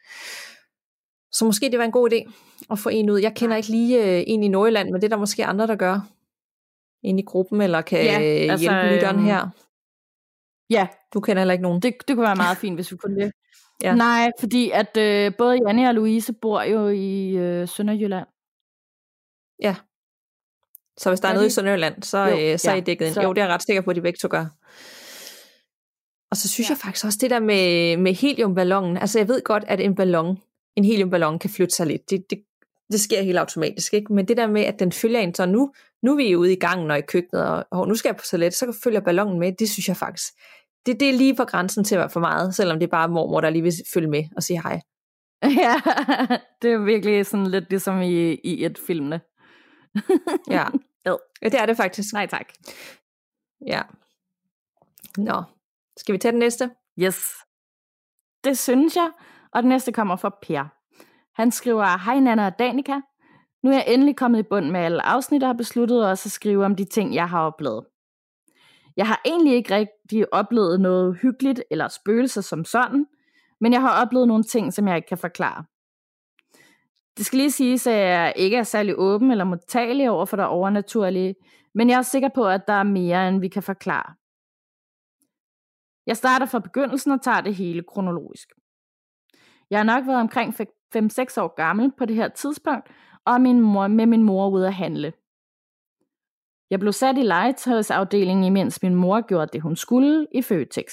Så måske det var en god idé at få en ud. Jeg kender ikke lige en i Nordjylland, men det er der måske andre, der gør. En i gruppen, eller kan hjælpe lytteren her. Ja. Du kender heller ikke nogen. Det kunne være meget fint, hvis vi kunne det. Ja. Nej, fordi at både Janne og Louise bor jo i Sønderjylland. Ja. Så hvis der er noget i Sønderjylland, så er I dækket ind. Jo, det er jeg ret sikker på, at de begge to gør. Og så synes jeg faktisk også, det der med heliumballonen, altså jeg ved godt, at en heliumballon kan flytte sig lidt. Det sker helt automatisk, ikke? Men det der med, at den følger en, så nu er vi ude i gangen og i køkkenet, og nu skal jeg på toilet, så følger ballonen med. Det synes jeg faktisk, det er lige på grænsen til at være for meget, selvom det er bare mormor, der lige vil følge med og sige hej. Ja, det er virkelig sådan lidt ligesom i et filmene. Ja, det er det faktisk. Nej tak. Ja. Nå, skal vi tage den næste? Yes. Det synes jeg, og den næste kommer fra Per. Han skriver, hej Nanna og Danika. Nu er jeg endelig kommet i bund med alle afsnit og har besluttet også at skrive om de ting, jeg har oplevet. Jeg har egentlig ikke rigtig oplevet noget hyggeligt eller spøgelser som sådan, men jeg har oplevet nogle ting, som jeg ikke kan forklare. Det skal lige siges, at jeg ikke er særlig åben eller modtagelig over for det overnaturlige, men jeg er sikker på, at der er mere, end vi kan forklare. Jeg starter fra begyndelsen og tager det hele kronologisk. Jeg har nok været omkring 5-6 år gammel på det her tidspunkt, og med min mor ude at handle. Jeg blev sat i legetøjsafdelingen, imens min mor gjorde det, hun skulle i Føtex.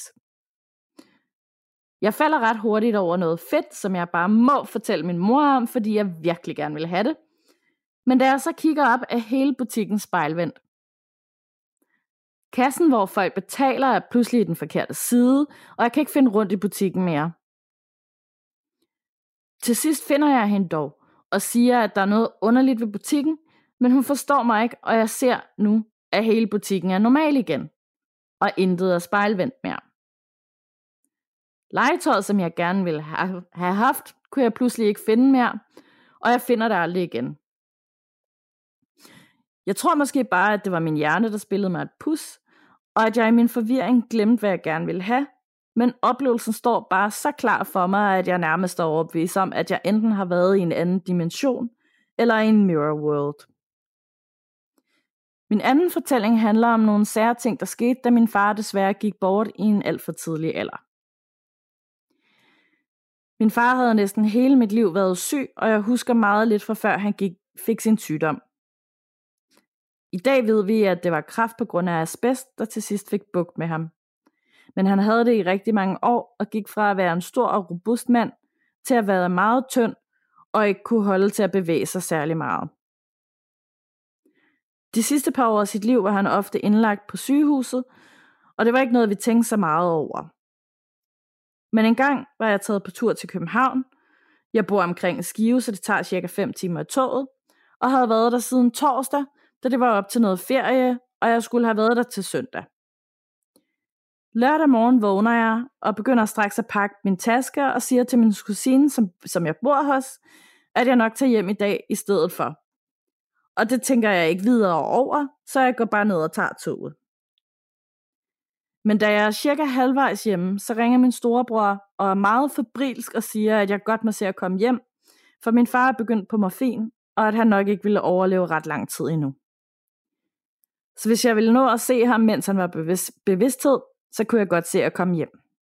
Jeg falder ret hurtigt over noget fedt, som jeg bare må fortælle min mor om, fordi jeg virkelig gerne vil have det. Men da jeg så kigger op, er hele butikken spejlvendt. Kassen, hvor folk betaler, er pludselig i den forkerte side, og jeg kan ikke finde rundt i butikken mere. Til sidst finder jeg hende dog, og siger, at der er noget underligt ved butikken, men hun forstår mig ikke, og jeg ser nu, at hele butikken er normal igen, og intet er spejlvendt mere. Legetøjet, som jeg gerne ville have haft, kunne jeg pludselig ikke finde mere, og jeg finder det aldrig igen. Jeg tror måske bare, at det var min hjerne, der spillede mig et pus, og at jeg i min forvirring glemte, hvad jeg gerne ville have, men oplevelsen står bare så klar for mig, at jeg nærmest er overbevist om, at jeg enten har været i en anden dimension, eller i en mirror world. Min anden fortælling handler om nogle sære ting, der skete, da min far desværre gik bort i en alt for tidlig alder. Min far havde næsten hele mit liv været syg, og jeg husker meget lidt fra før han fik sin sygdom. I dag ved vi, at det var kræft på grund af asbest, der til sidst fik bugt med ham. Men han havde det i rigtig mange år, og gik fra at være en stor og robust mand, til at være meget tynd, og ikke kunne holde til at bevæge sig særlig meget. De sidste par år af sit liv var han ofte indlagt på sygehuset, og det var ikke noget, vi tænkte så meget over. Men en gang var jeg taget på tur til København. Jeg bor omkring Skive, så det tager cirka 5 timer i toget, og havde været der siden torsdag, da det var op til noget ferie, og jeg skulle have været der til søndag. Lørdag morgen vågner jeg, og begynder straks at pakke min taske, og siger til min kusine, som jeg bor hos, at jeg nok tager hjem i dag i stedet for. Og det tænker jeg ikke videre over, så jeg går bare ned og tager toget. Men da jeg er cirka halvvejs hjemme, så ringer min storebror og er meget febrilsk og siger, at jeg godt må se at komme hjem, for min far er begyndt på morfin, og at han nok ikke ville overleve ret lang tid endnu. Så hvis jeg ville nå at se ham, mens han var bevidsthed, så kunne jeg godt se at komme hjem.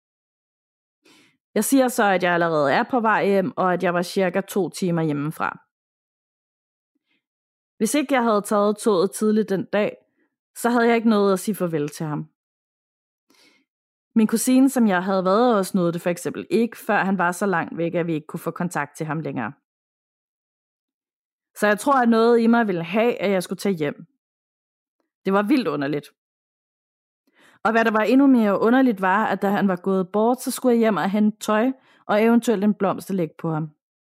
Jeg siger så, at jeg allerede er på vej hjem, og at jeg var cirka 2 timer hjemmefra. Hvis ikke jeg havde taget toget tidligt den dag, så havde jeg ikke nået at sige farvel til ham. Min kusine, som jeg havde været hos, nåede det for eksempel ikke, før han var så langt væk, at vi ikke kunne få kontakt til ham længere. Så jeg tror, at noget i mig ville have, at jeg skulle tage hjem. Det var vildt underligt. Og hvad der var endnu mere underligt var, at da han var gået bort, så skulle jeg hjem og hente tøj og eventuelt en blomst at lægge på ham.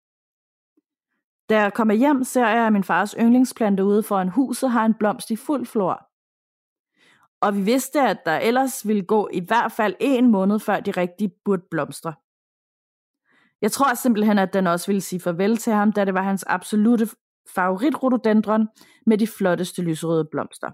Da jeg kommer hjem, ser jeg, at min fars yndlingsplante ude foran huset har en blomst i fuld flor. Og vi vidste, at der ellers ville gå i hvert fald 1 måned, før de rigtig burde blomstre. Jeg tror simpelthen, at den også ville sige farvel til ham, da det var hans absolute favoritrhododendron med de flotteste lyserøde blomster.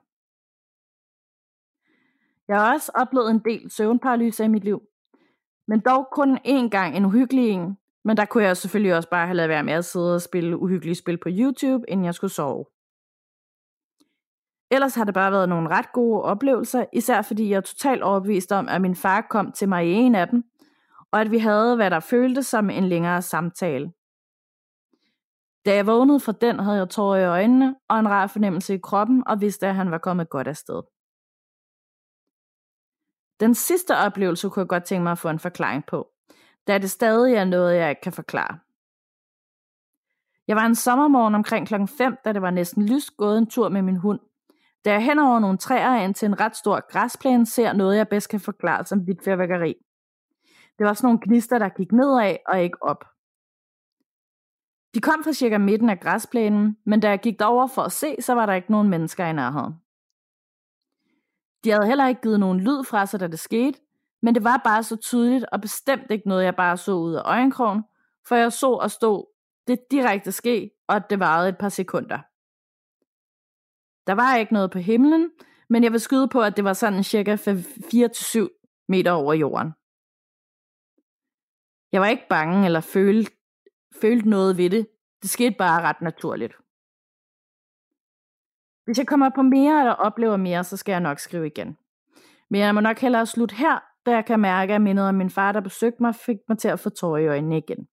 Jeg har også oplevet en del søvnparalyse i mit liv, men dog kun 1 gang en uhyggelig en, men der kunne jeg selvfølgelig også bare have ladet være med at sidde og spille uhyggelige spil på YouTube, inden jeg skulle sove. Ellers har det bare været nogle ret gode oplevelser, især fordi jeg er totalt overbevist om, at min far kom til mig i en af dem, og at vi havde, hvad der føltes som en længere samtale. Da jeg vågnede fra den, havde jeg tårer i øjnene og en rar fornemmelse i kroppen, og vidste, at han var kommet godt afsted. Den sidste oplevelse kunne jeg godt tænke mig at få en forklaring på, da det stadig er noget, jeg ikke kan forklare. Jeg var en sommermorgen omkring klokken 5, da det var næsten lyst, gået en tur med min hund. Da jeg hen over nogle træer ind til en ret stor græsplæne, ser noget, jeg bedst kan forklare som hvidt fyrværkeri. Det var sådan nogle gnister, der gik nedad og ikke op. De kom fra cirka midten af græsplænen, men da jeg gik derover for at se, så var der ikke nogen mennesker i nærheden. De havde heller ikke givet nogen lyd fra sig, da det skete, men det var bare så tydeligt og bestemt ikke noget, jeg bare så ud af øjenkrogen, for jeg så og stod det direkte ske, og at det varede et par sekunder. Der var ikke noget på himlen, men jeg vil skyde på, at det var sådan cirka 4-7 meter over jorden. Jeg var ikke bange eller følte noget ved det. Det skete bare ret naturligt. Hvis jeg kommer på mere eller oplever mere, så skal jeg nok skrive igen. Men jeg må nok hellere slutte her, da jeg kan mærke, at mindet af min far, der besøgte mig, fik mig til at få tårer i øjnene igen.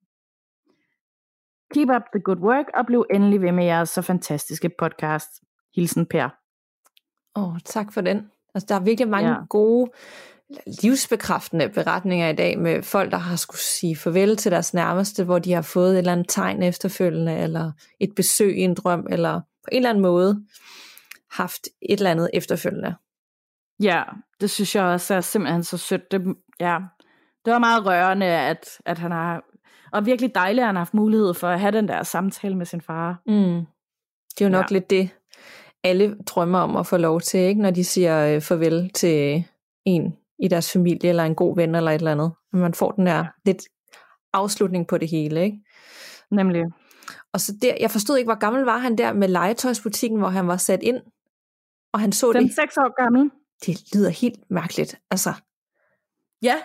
Keep up the good work, og bliv endelig ved med jeres så fantastiske podcast. Hilsen Per. Tak for den. Altså, der er virkelig mange gode, livsbekræftende beretninger i dag med folk, der har skulle sige farvel til deres nærmeste, hvor de har fået et eller andet tegn efterfølgende, eller et besøg i en drøm, eller på en eller anden måde haft et eller andet efterfølgende. Ja, det synes jeg også er simpelthen så sødt. Det var meget rørende, at han har, og virkelig dejligt, at han har haft mulighed for at have den der samtale med sin far. Det er jo nok lidt det, alle drømmer om at få lov til, ikke? Når de siger farvel til en i deres familie, eller en god ven, eller et eller andet. At man får den der lidt afslutning på det hele, ikke? Nemlig. Og så der, jeg forstod ikke, hvor gammel var han der med legetøjsbutikken, hvor han var sat ind, og han så 5-6 år gammel. Det lyder helt mærkeligt, altså. Ja.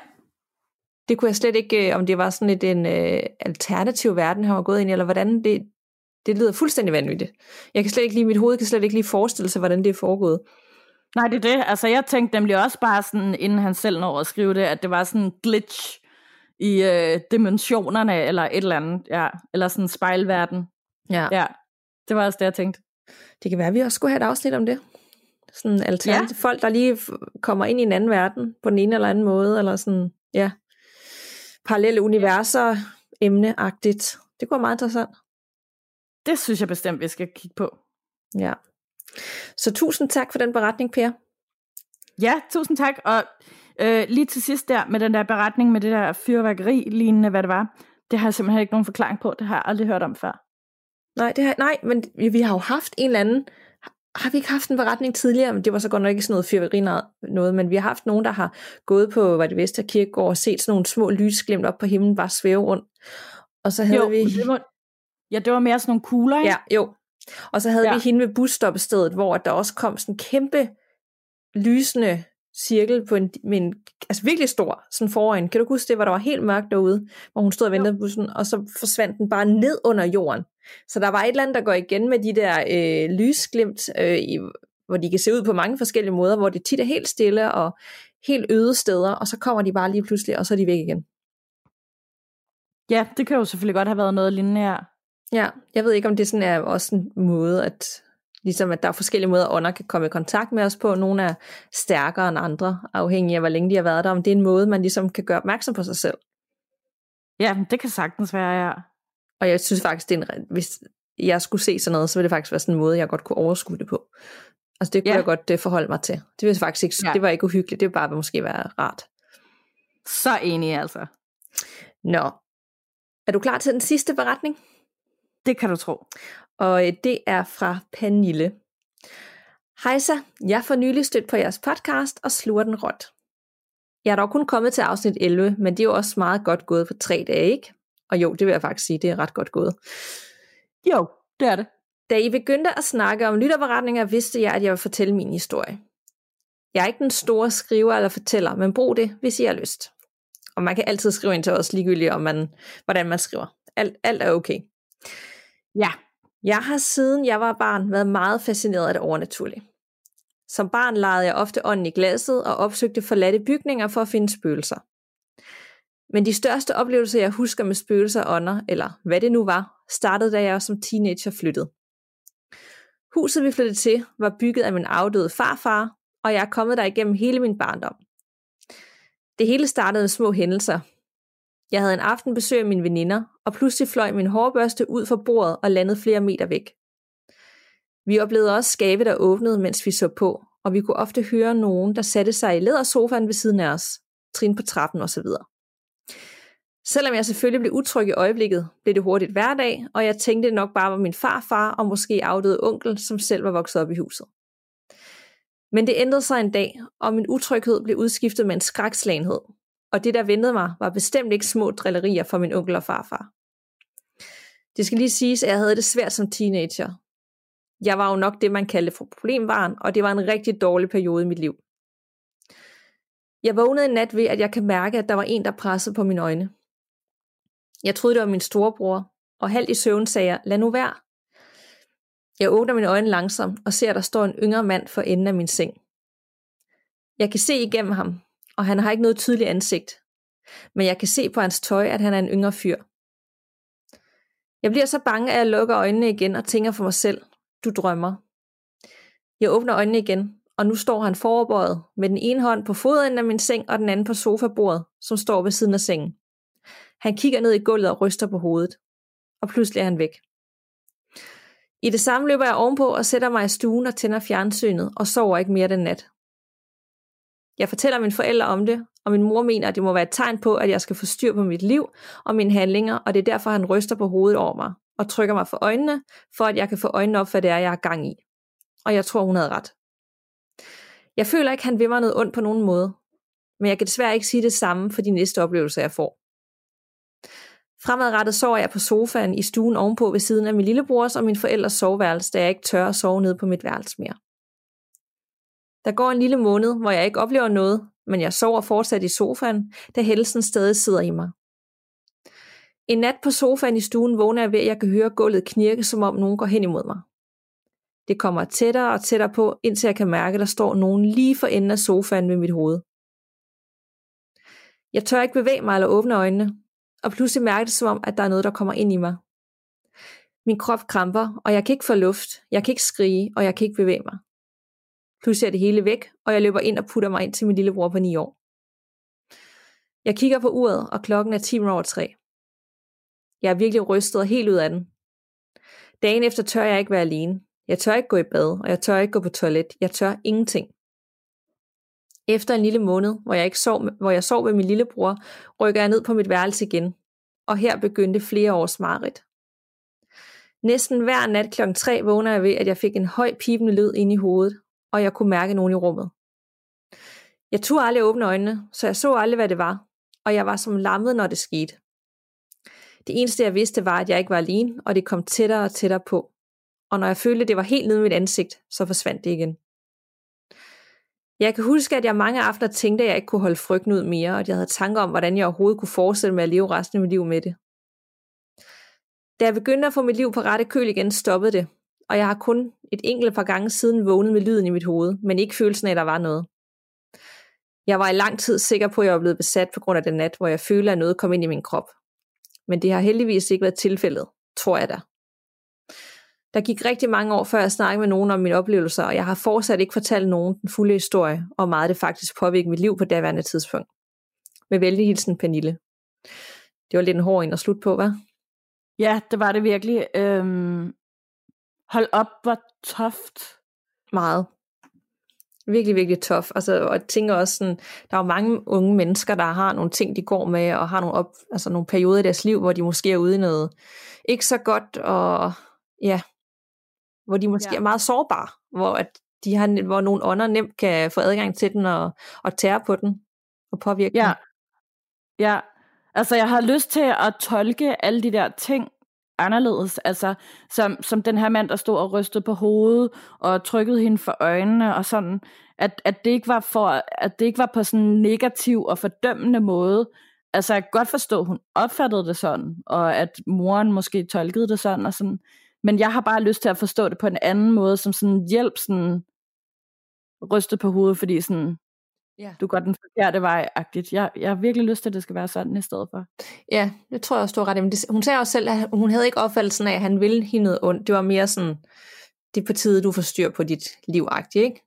Det kunne jeg slet ikke, om det var sådan lidt en alternativ verden, han var gået ind i, eller hvordan det lyder fuldstændig vanvittigt. Jeg kan slet ikke lige, mit hoved kan slet ikke lige forestille sig, hvordan det er foregået. Nej, det er det. Altså, jeg tænkte nemlig også bare sådan, inden han selv når at skrive det, at det var sådan en glitch i dimensionerne, eller et eller andet, eller sådan en spejlverden. Ja, det var også det, jeg tænkte. Det kan være, at vi også skulle have et afsnit om det. Sådan alternativ folk, der lige kommer ind i en anden verden, på den ene eller anden måde, eller sådan, parallelle universer, emneagtigt. Det kunne være meget interessant. Det synes jeg bestemt, vi skal kigge på. Ja. Så tusind tak for den beretning, Per. Ja, tusind tak. Og lige til sidst der, med den der beretning med det der fyrværkeri lignende, hvad det var, det har jeg simpelthen ikke nogen forklaring på. Det har jeg aldrig hørt om før. Nej, men vi har jo haft en eller anden. Har vi ikke haft en beretning tidligere? Men det var så godt nok ikke sådan noget fyrværkeri noget, men vi har haft nogen, der har gået på Vester Kirkegård og set sådan nogle små lysglimt op på himlen bare svæve rundt. Og så havde vi... det var mere sådan nogle kugler, ikke? Ja, jo. Og så havde vi hende ved busstoppestedet, hvor der også kom sådan en kæmpe lysende cirkel på altså virkelig stor, sådan foran. Kan du huske det, hvor der var helt mørkt derude, hvor hun stod og ventede på bussen, og så forsvandt den bare ned under jorden. Så der var et eller andet, der går igen med de der lysglimt, hvor de kan se ud på mange forskellige måder, hvor det tit er helt stille og helt øde steder, og så kommer de bare lige pludselig, og så er de væk igen. Ja, det kan jo selvfølgelig godt have været noget lignende her. Ja, jeg ved ikke, om det sådan er også en måde, at ligesom at der er forskellige måder, ånder kan komme i kontakt med os på. Nogle er stærkere end andre, afhængig af, hvor længe de har været der. Om det er en måde, man ligesom kan gøre opmærksom på sig selv. Ja, det kan sagtens være, ja. Og jeg synes faktisk, hvis jeg skulle se sådan noget, så ville det faktisk være sådan en måde, jeg godt kunne overskue det på. Altså det kunne jeg godt forholde mig til. Det ville faktisk ikke, det var ikke uhyggeligt, det ville bare måske være rart. Så enig altså. Nå, er du klar til den sidste beretning? Det kan du tro. Og det er fra Pernille. Hejsa, jeg får nylig stødt på jeres podcast og sluger den råt. Jeg er dog kun kommet til afsnit 11, men det er jo også meget godt gået på 3 dage, ikke? Og jo, det vil jeg faktisk sige, det er ret godt gået. Jo, det er det. Da I begyndte at snakke om lytterberetninger, vidste jeg, at jeg ville fortælle min historie. Jeg er ikke den store skriver eller fortæller, men brug det, hvis I har lyst. Og man kan altid skrive ind til os ligegyldigt, hvordan man skriver. Alt er okay. Ja. Jeg har siden jeg var barn været meget fascineret af det overnaturlige. Som barn legede jeg ofte ånden i glasset og opsøgte forladte bygninger for at finde spøgelser. Men de største oplevelser, jeg husker med spøgelser og ånder, eller hvad det nu var, startede da jeg som teenager flyttede. Huset vi flyttede til var bygget af min afdøde farfar, og jeg er kommet der igennem hele min barndom. Det hele startede med små hændelser. Jeg havde en aften besøg af mine veninder, og pludselig fløj min hårbørste ud fra bordet og landede flere meter væk. Vi oplevede også skabe, der åbnede, mens vi så på, og vi kunne ofte høre nogen, der satte sig i lædersofaen ved siden af os, trin på trappen osv. Selvom jeg selvfølgelig blev utryg i øjeblikket, blev det hurtigt hverdag, og jeg tænkte nok bare var min farfar og måske afdøde onkel, som selv var vokset op i huset. Men det ændrede sig en dag, og min utryghed blev udskiftet med en skrækslagenhed. Og det, der ventede mig, var bestemt ikke små drillerier fra min onkel og farfar. Det skal lige siges, at jeg havde det svært som teenager. Jeg var jo nok det, man kaldte for problembarn, og det var en rigtig dårlig periode i mit liv. Jeg vågnede en nat ved, at jeg kan mærke, at der var en, der pressede på mine øjne. Jeg troede, det var min storebror, og halvt i søvn sagde jeg, lad nu være. Jeg åbner mine øjne langsomt og ser, at der står en yngre mand for enden af min seng. Jeg kan se igennem ham, og han har ikke noget tydeligt ansigt. Men jeg kan se på hans tøj, at han er en yngre fyr. Jeg bliver så bange, at jeg lukker øjnene igen og tænker for mig selv, du drømmer. Jeg åbner øjnene igen, og nu står han foroverbøjet med den ene hånd på fodenden af min seng og den anden på sofabordet, som står ved siden af sengen. Han kigger ned i gulvet og ryster på hovedet, og pludselig er han væk. I det samme løber jeg ovenpå og sætter mig i stuen og tænder fjernsynet og sover ikke mere den nat. Jeg fortæller mine forældre om det, og min mor mener, at det må være et tegn på, at jeg skal få styr på mit liv og mine handlinger, og det er derfor, han ryster på hovedet over mig og trykker mig for øjnene, for at jeg kan få øjnene op, hvad det er, jeg har gang i. Og jeg tror, hun havde ret. Jeg føler ikke, han vil mig noget ondt på nogen måde, men jeg kan desværre ikke sige det samme for de næste oplevelser, jeg får. Fremadrettet sover jeg på sofaen i stuen ovenpå ved siden af min lillebrors og min forældres soveværelse, da jeg ikke tør at sove nede på mit værelse mere. Der går en lille måned, hvor jeg ikke oplever noget, men jeg sover fortsat i sofaen, da hældelsen stadig sidder i mig. En nat på sofaen i stuen vågner jeg ved, at jeg kan høre gulvet knirke, som om nogen går hen imod mig. Det kommer tættere og tættere på, indtil jeg kan mærke, at der står nogen lige for enden af sofaen ved mit hoved. Jeg tør ikke bevæge mig eller åbne øjnene, og pludselig mærker det som om, at der er noget, der kommer ind i mig. Min krop kramper, og jeg kan ikke få luft, jeg kan ikke skrige, og jeg kan ikke bevæge mig. Pludselig er det hele væk, og jeg løber ind og putter mig ind til min lillebror på 9 år. Jeg kigger på uret, og klokken er 3:10. Jeg er virkelig rystet og helt ud af den. Dagen efter tør jeg ikke være alene. Jeg tør ikke gå i bad, og jeg tør ikke gå på toilet. Jeg tør ingenting. Efter en lille måned, hvor jeg sov ved min lillebror, rykker jeg ned på mit værelse igen. Og her begyndte flere års mareridt. Næsten hver nat klokken 3 vågner jeg ved, at jeg fik en høj pibende lyd inde i hovedet, og jeg kunne mærke nogen i rummet. Jeg turde aldrig åbne øjnene, så jeg så aldrig, hvad det var, og jeg var som lammet, når det skete. Det eneste, jeg vidste, var, at jeg ikke var alene, og det kom tættere og tættere på. Og når jeg følte, at det var helt nede i mit ansigt, så forsvandt det igen. Jeg kan huske, at jeg mange aftener tænkte, at jeg ikke kunne holde frygten ud mere, og at jeg havde tanker om, hvordan jeg overhovedet kunne fortsætte med at leve resten af mit liv med det. Da jeg begyndte at få mit liv på rette køl igen, stoppede det, og jeg har kun et enkelt par gange siden vågnet med lyden i mit hoved, men ikke følelsen af, at der var noget. Jeg var i lang tid sikker på, at jeg var blevet besat på grund af den nat, hvor jeg følte, at noget kom ind i min krop. Men det har heldigvis ikke været tilfældet, tror jeg da. Der gik rigtig mange år, før jeg snakkede med nogen om mine oplevelser, og jeg har fortsat ikke fortalt nogen den fulde historie, og hvor meget det faktisk påvirkede mit liv på daværende tidspunkt. Med venlig hilsen, Pernille. Det var lidt en hård en at slutte på, hva'? Ja, det var det virkelig. Hold op, hvor toft. Meget. Virkelig, virkelig tof. Altså, og jeg tænker også sådan, der er jo mange unge mennesker, der har nogle ting, de går med, og har nogle perioder i deres liv, hvor de måske er ude i noget ikke så godt, og ja, hvor de måske er meget sårbare, hvor nogle ånder nemt kan få adgang til den, og tære på den, og påvirke den. Ja, altså jeg har lyst til at tolke alle de der ting anderledes, altså som den her mand, der stod og rystede på hovedet og trykkede hende for øjnene og sådan, at det ikke var på sådan en negativ og fordømmende måde. Altså jeg kan godt forstå, at hun opfattede det sådan, og at moren måske tolkede det sådan og sådan, men jeg har bare lyst til at forstå det på en anden måde, som sådan hjælp, sådan rystet på hovedet, fordi sådan du går den forkerte vej-agtigt. Jeg har virkelig lyst til, at det skal være sådan i stedet for. Ja, det tror jeg også, du har ret i. Men hun sagde også selv, at hun havde ikke opfattelsen af, at han ville hende noget ondt. Det var mere sådan, det er på tide, du får styr på dit liv-agtigt, ikke?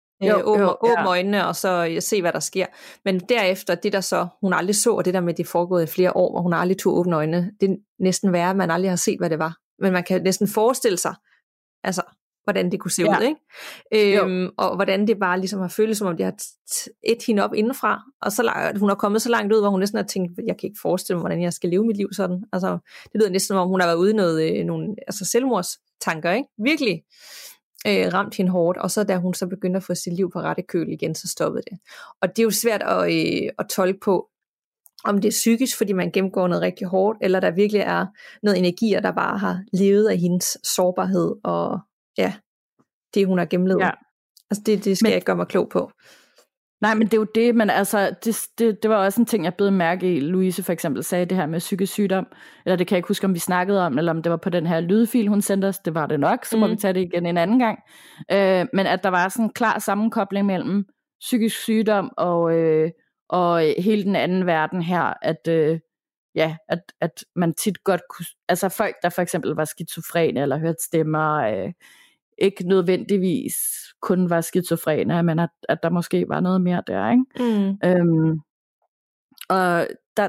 Åbne øjnene, og så se, hvad der sker. Men derefter, det der så, hun aldrig så, og det der med, det foregået i flere år, hvor hun aldrig tog åbne øjnene, det er næsten værre, at man aldrig har set, hvad det var. Men man kan næsten forestille sig, altså, hvordan det kunne se ud, ikke? Og hvordan det bare ligesom har følt, som om det har et hende op indenfra, og så hun har kommet så langt ud, hvor hun næsten har tænkt, jeg kan ikke forestille mig, hvordan jeg skal leve mit liv sådan. Altså, det lyder næsten, som om hun har været ude i nogle selvmordstanker, ikke? Virkelig ramt hende hårdt, og så da hun så begyndte at få sit liv på rette køl igen, så stoppede det. Og det er jo svært at tolke på, om det er psykisk, fordi man gennemgår noget rigtig hårdt, eller der virkelig er noget energier, der bare har levet af hendes sårbarhed, og ja, det hun har gennemlevet. Ja. Altså det skal jeg ikke gøre mig klog på. Nej, men det er jo det, men altså, det var også en ting, jeg blev mærke i. Louise for eksempel sagde det her med psykisk sygdom, eller det kan jeg ikke huske, om vi snakkede om, eller om det var på den her lydfil, hun sendte os. Det var det nok, så må vi tage det igen en anden gang. Men at der var sådan en klar sammenkobling mellem psykisk sygdom og hele den anden verden her, at man tit godt kunne, altså folk, der for eksempel var skizofrene, eller hørte stemmer, ikke nødvendigvis kun var skizofrene, men at der måske var noget mere der, ikke? Og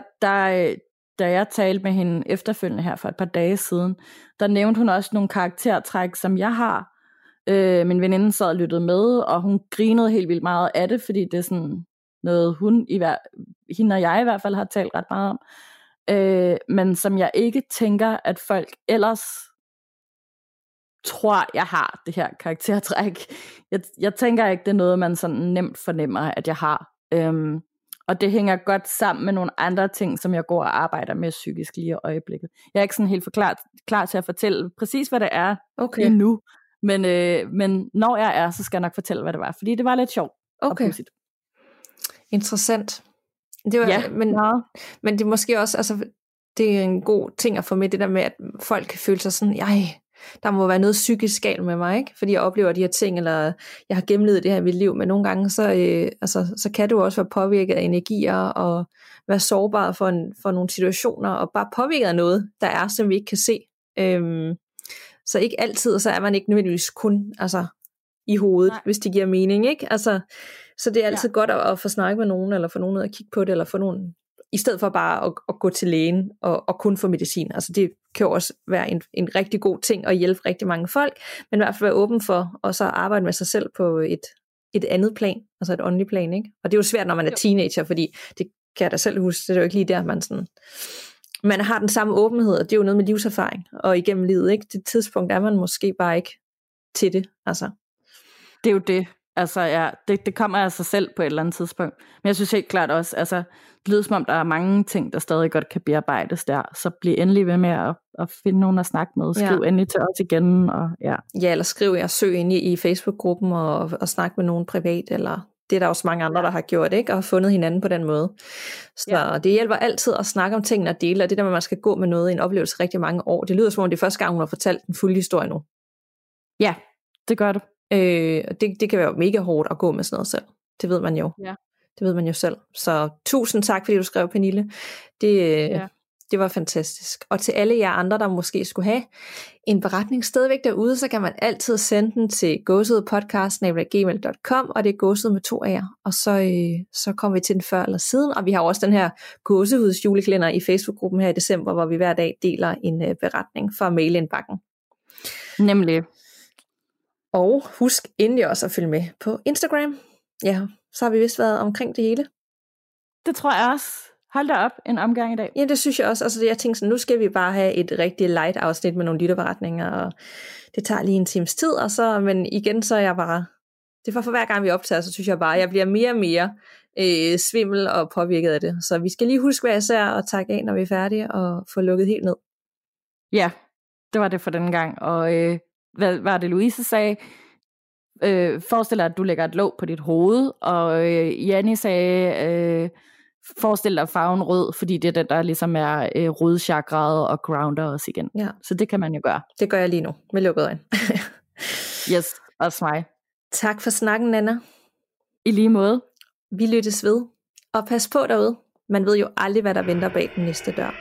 da jeg talte med hende efterfølgende her for et par dage siden, der nævnte hun også nogle karaktertræk, som jeg har. Min veninde sad og lyttede med, og hun grinede helt vildt meget af det, fordi det er sådan noget, hende og jeg i hvert fald har talt ret meget om. Men som jeg ikke tænker, at folk ellers tror, jeg har det her karaktertræk. Jeg tænker ikke, det er noget, man sådan nemt fornemmer, at jeg har. Og det hænger godt sammen med nogle andre ting, som jeg går og arbejder med psykisk lige i øjeblikket. Jeg er ikke sådan helt klar til at fortælle præcis, hvad det er lige nu. Men når jeg er, så skal jeg nok fortælle, hvad det var. Fordi det var lidt sjovt og pudsigt. Interessant. Det var, men det er måske også, altså, det er en god ting at få med, det der med, at folk kan føle sig sådan, der må være noget psykisk galt med mig, ikke? Fordi jeg oplever de her ting, eller jeg har gennemlevet det her i mit liv, men nogle gange, så kan du også være påvirket af energier, og være sårbar for nogle situationer, og bare påvirket af noget, der er, som vi ikke kan se. Så ikke altid, så er man ikke nødvendigvis kun i hovedet, hvis det giver mening, ikke? Altså, så det er altid godt at få snakket med nogen, eller få nogen ud at kigge på det, eller få nogen, i stedet for bare at gå til lægen og kun få medicin. Altså det kan jo også være en rigtig god ting at hjælpe rigtig mange folk, men i hvert fald være åben for at så arbejde med sig selv på et andet plan, altså et åndeligt plan, ikke? Og det er jo svært, når man er teenager, fordi det kan jeg da selv huske, det er jo ikke lige der, man har den samme åbenhed, og det er jo noget med livserfaring, og igennem livet, ikke? Det tidspunkt er man måske bare ikke til det, altså. Det er jo det. Altså, det kommer af sig selv på et eller andet tidspunkt. Men jeg synes helt klart også, det lyder som om, der er mange ting, der stadig godt kan bearbejdes der. Så bliv endelig ved med at finde nogen at snakke med. Skriv endelig til os igen. Ja, eller søg ind i Facebook-gruppen og snak med nogen privat, eller det er der også mange andre, der har gjort, ikke? Og har fundet hinanden på den måde. Så det hjælper altid at snakke om tingene og dele, og det der med, at man skal gå med noget i en oplevelse rigtig mange år. Det lyder som om, det er første gang, hun har fortalt den fulde historie nu. Ja, det gør det. Det kan være mega hårdt at gå med sådan noget selv. Det ved man jo. Ja. Det ved man jo selv. Så tusind tak, fordi du skrev, Pernille. Det var fantastisk. Og til alle jer andre, der måske skulle have en beretning stadigvæk derude, så kan man altid sende den til gåsehudpodcast@gmail.com, og det er gåsehud med 2 A'er. Og så kommer vi til den før eller siden. Og vi har også den her gåsehuds julekalender i Facebook-gruppen her i december, hvor vi hver dag deler en beretning fra mailindbakken. Nemlig. Og husk endelig også at følge med på Instagram. Ja, så har vi vist været omkring det hele. Det tror jeg også. Hold da op, en omgang i dag. Ja, det synes jeg også. Altså, jeg tænkte sådan, nu skal vi bare have et rigtig light afsnit med nogle lytterberetninger, og det tager lige en times tid, og så, men igen, så er jeg bare, det er for hver gang vi optager, så synes jeg bare, jeg bliver mere og mere svimmel og påvirket af det. Så vi skal lige huske, hvad jeg ser, og takke af, når vi er færdige, og få lukket helt ned. Ja, det var det for denne gang, og hvad var det, Louise sagde? Forestil dig, at du lægger et låg på dit hoved, og Janni sagde, forestil dig farven rød, fordi det er den, der ligesom er rødchakraet og grounder os igen. Ja. Så det kan man jo gøre. Det gør jeg lige nu, med lukket øjne. Yes, også mig. Tak for snakken, Nanna. I lige måde. Vi lyttes ved, og pas på derude. Man ved jo aldrig, hvad der venter bag den næste dør.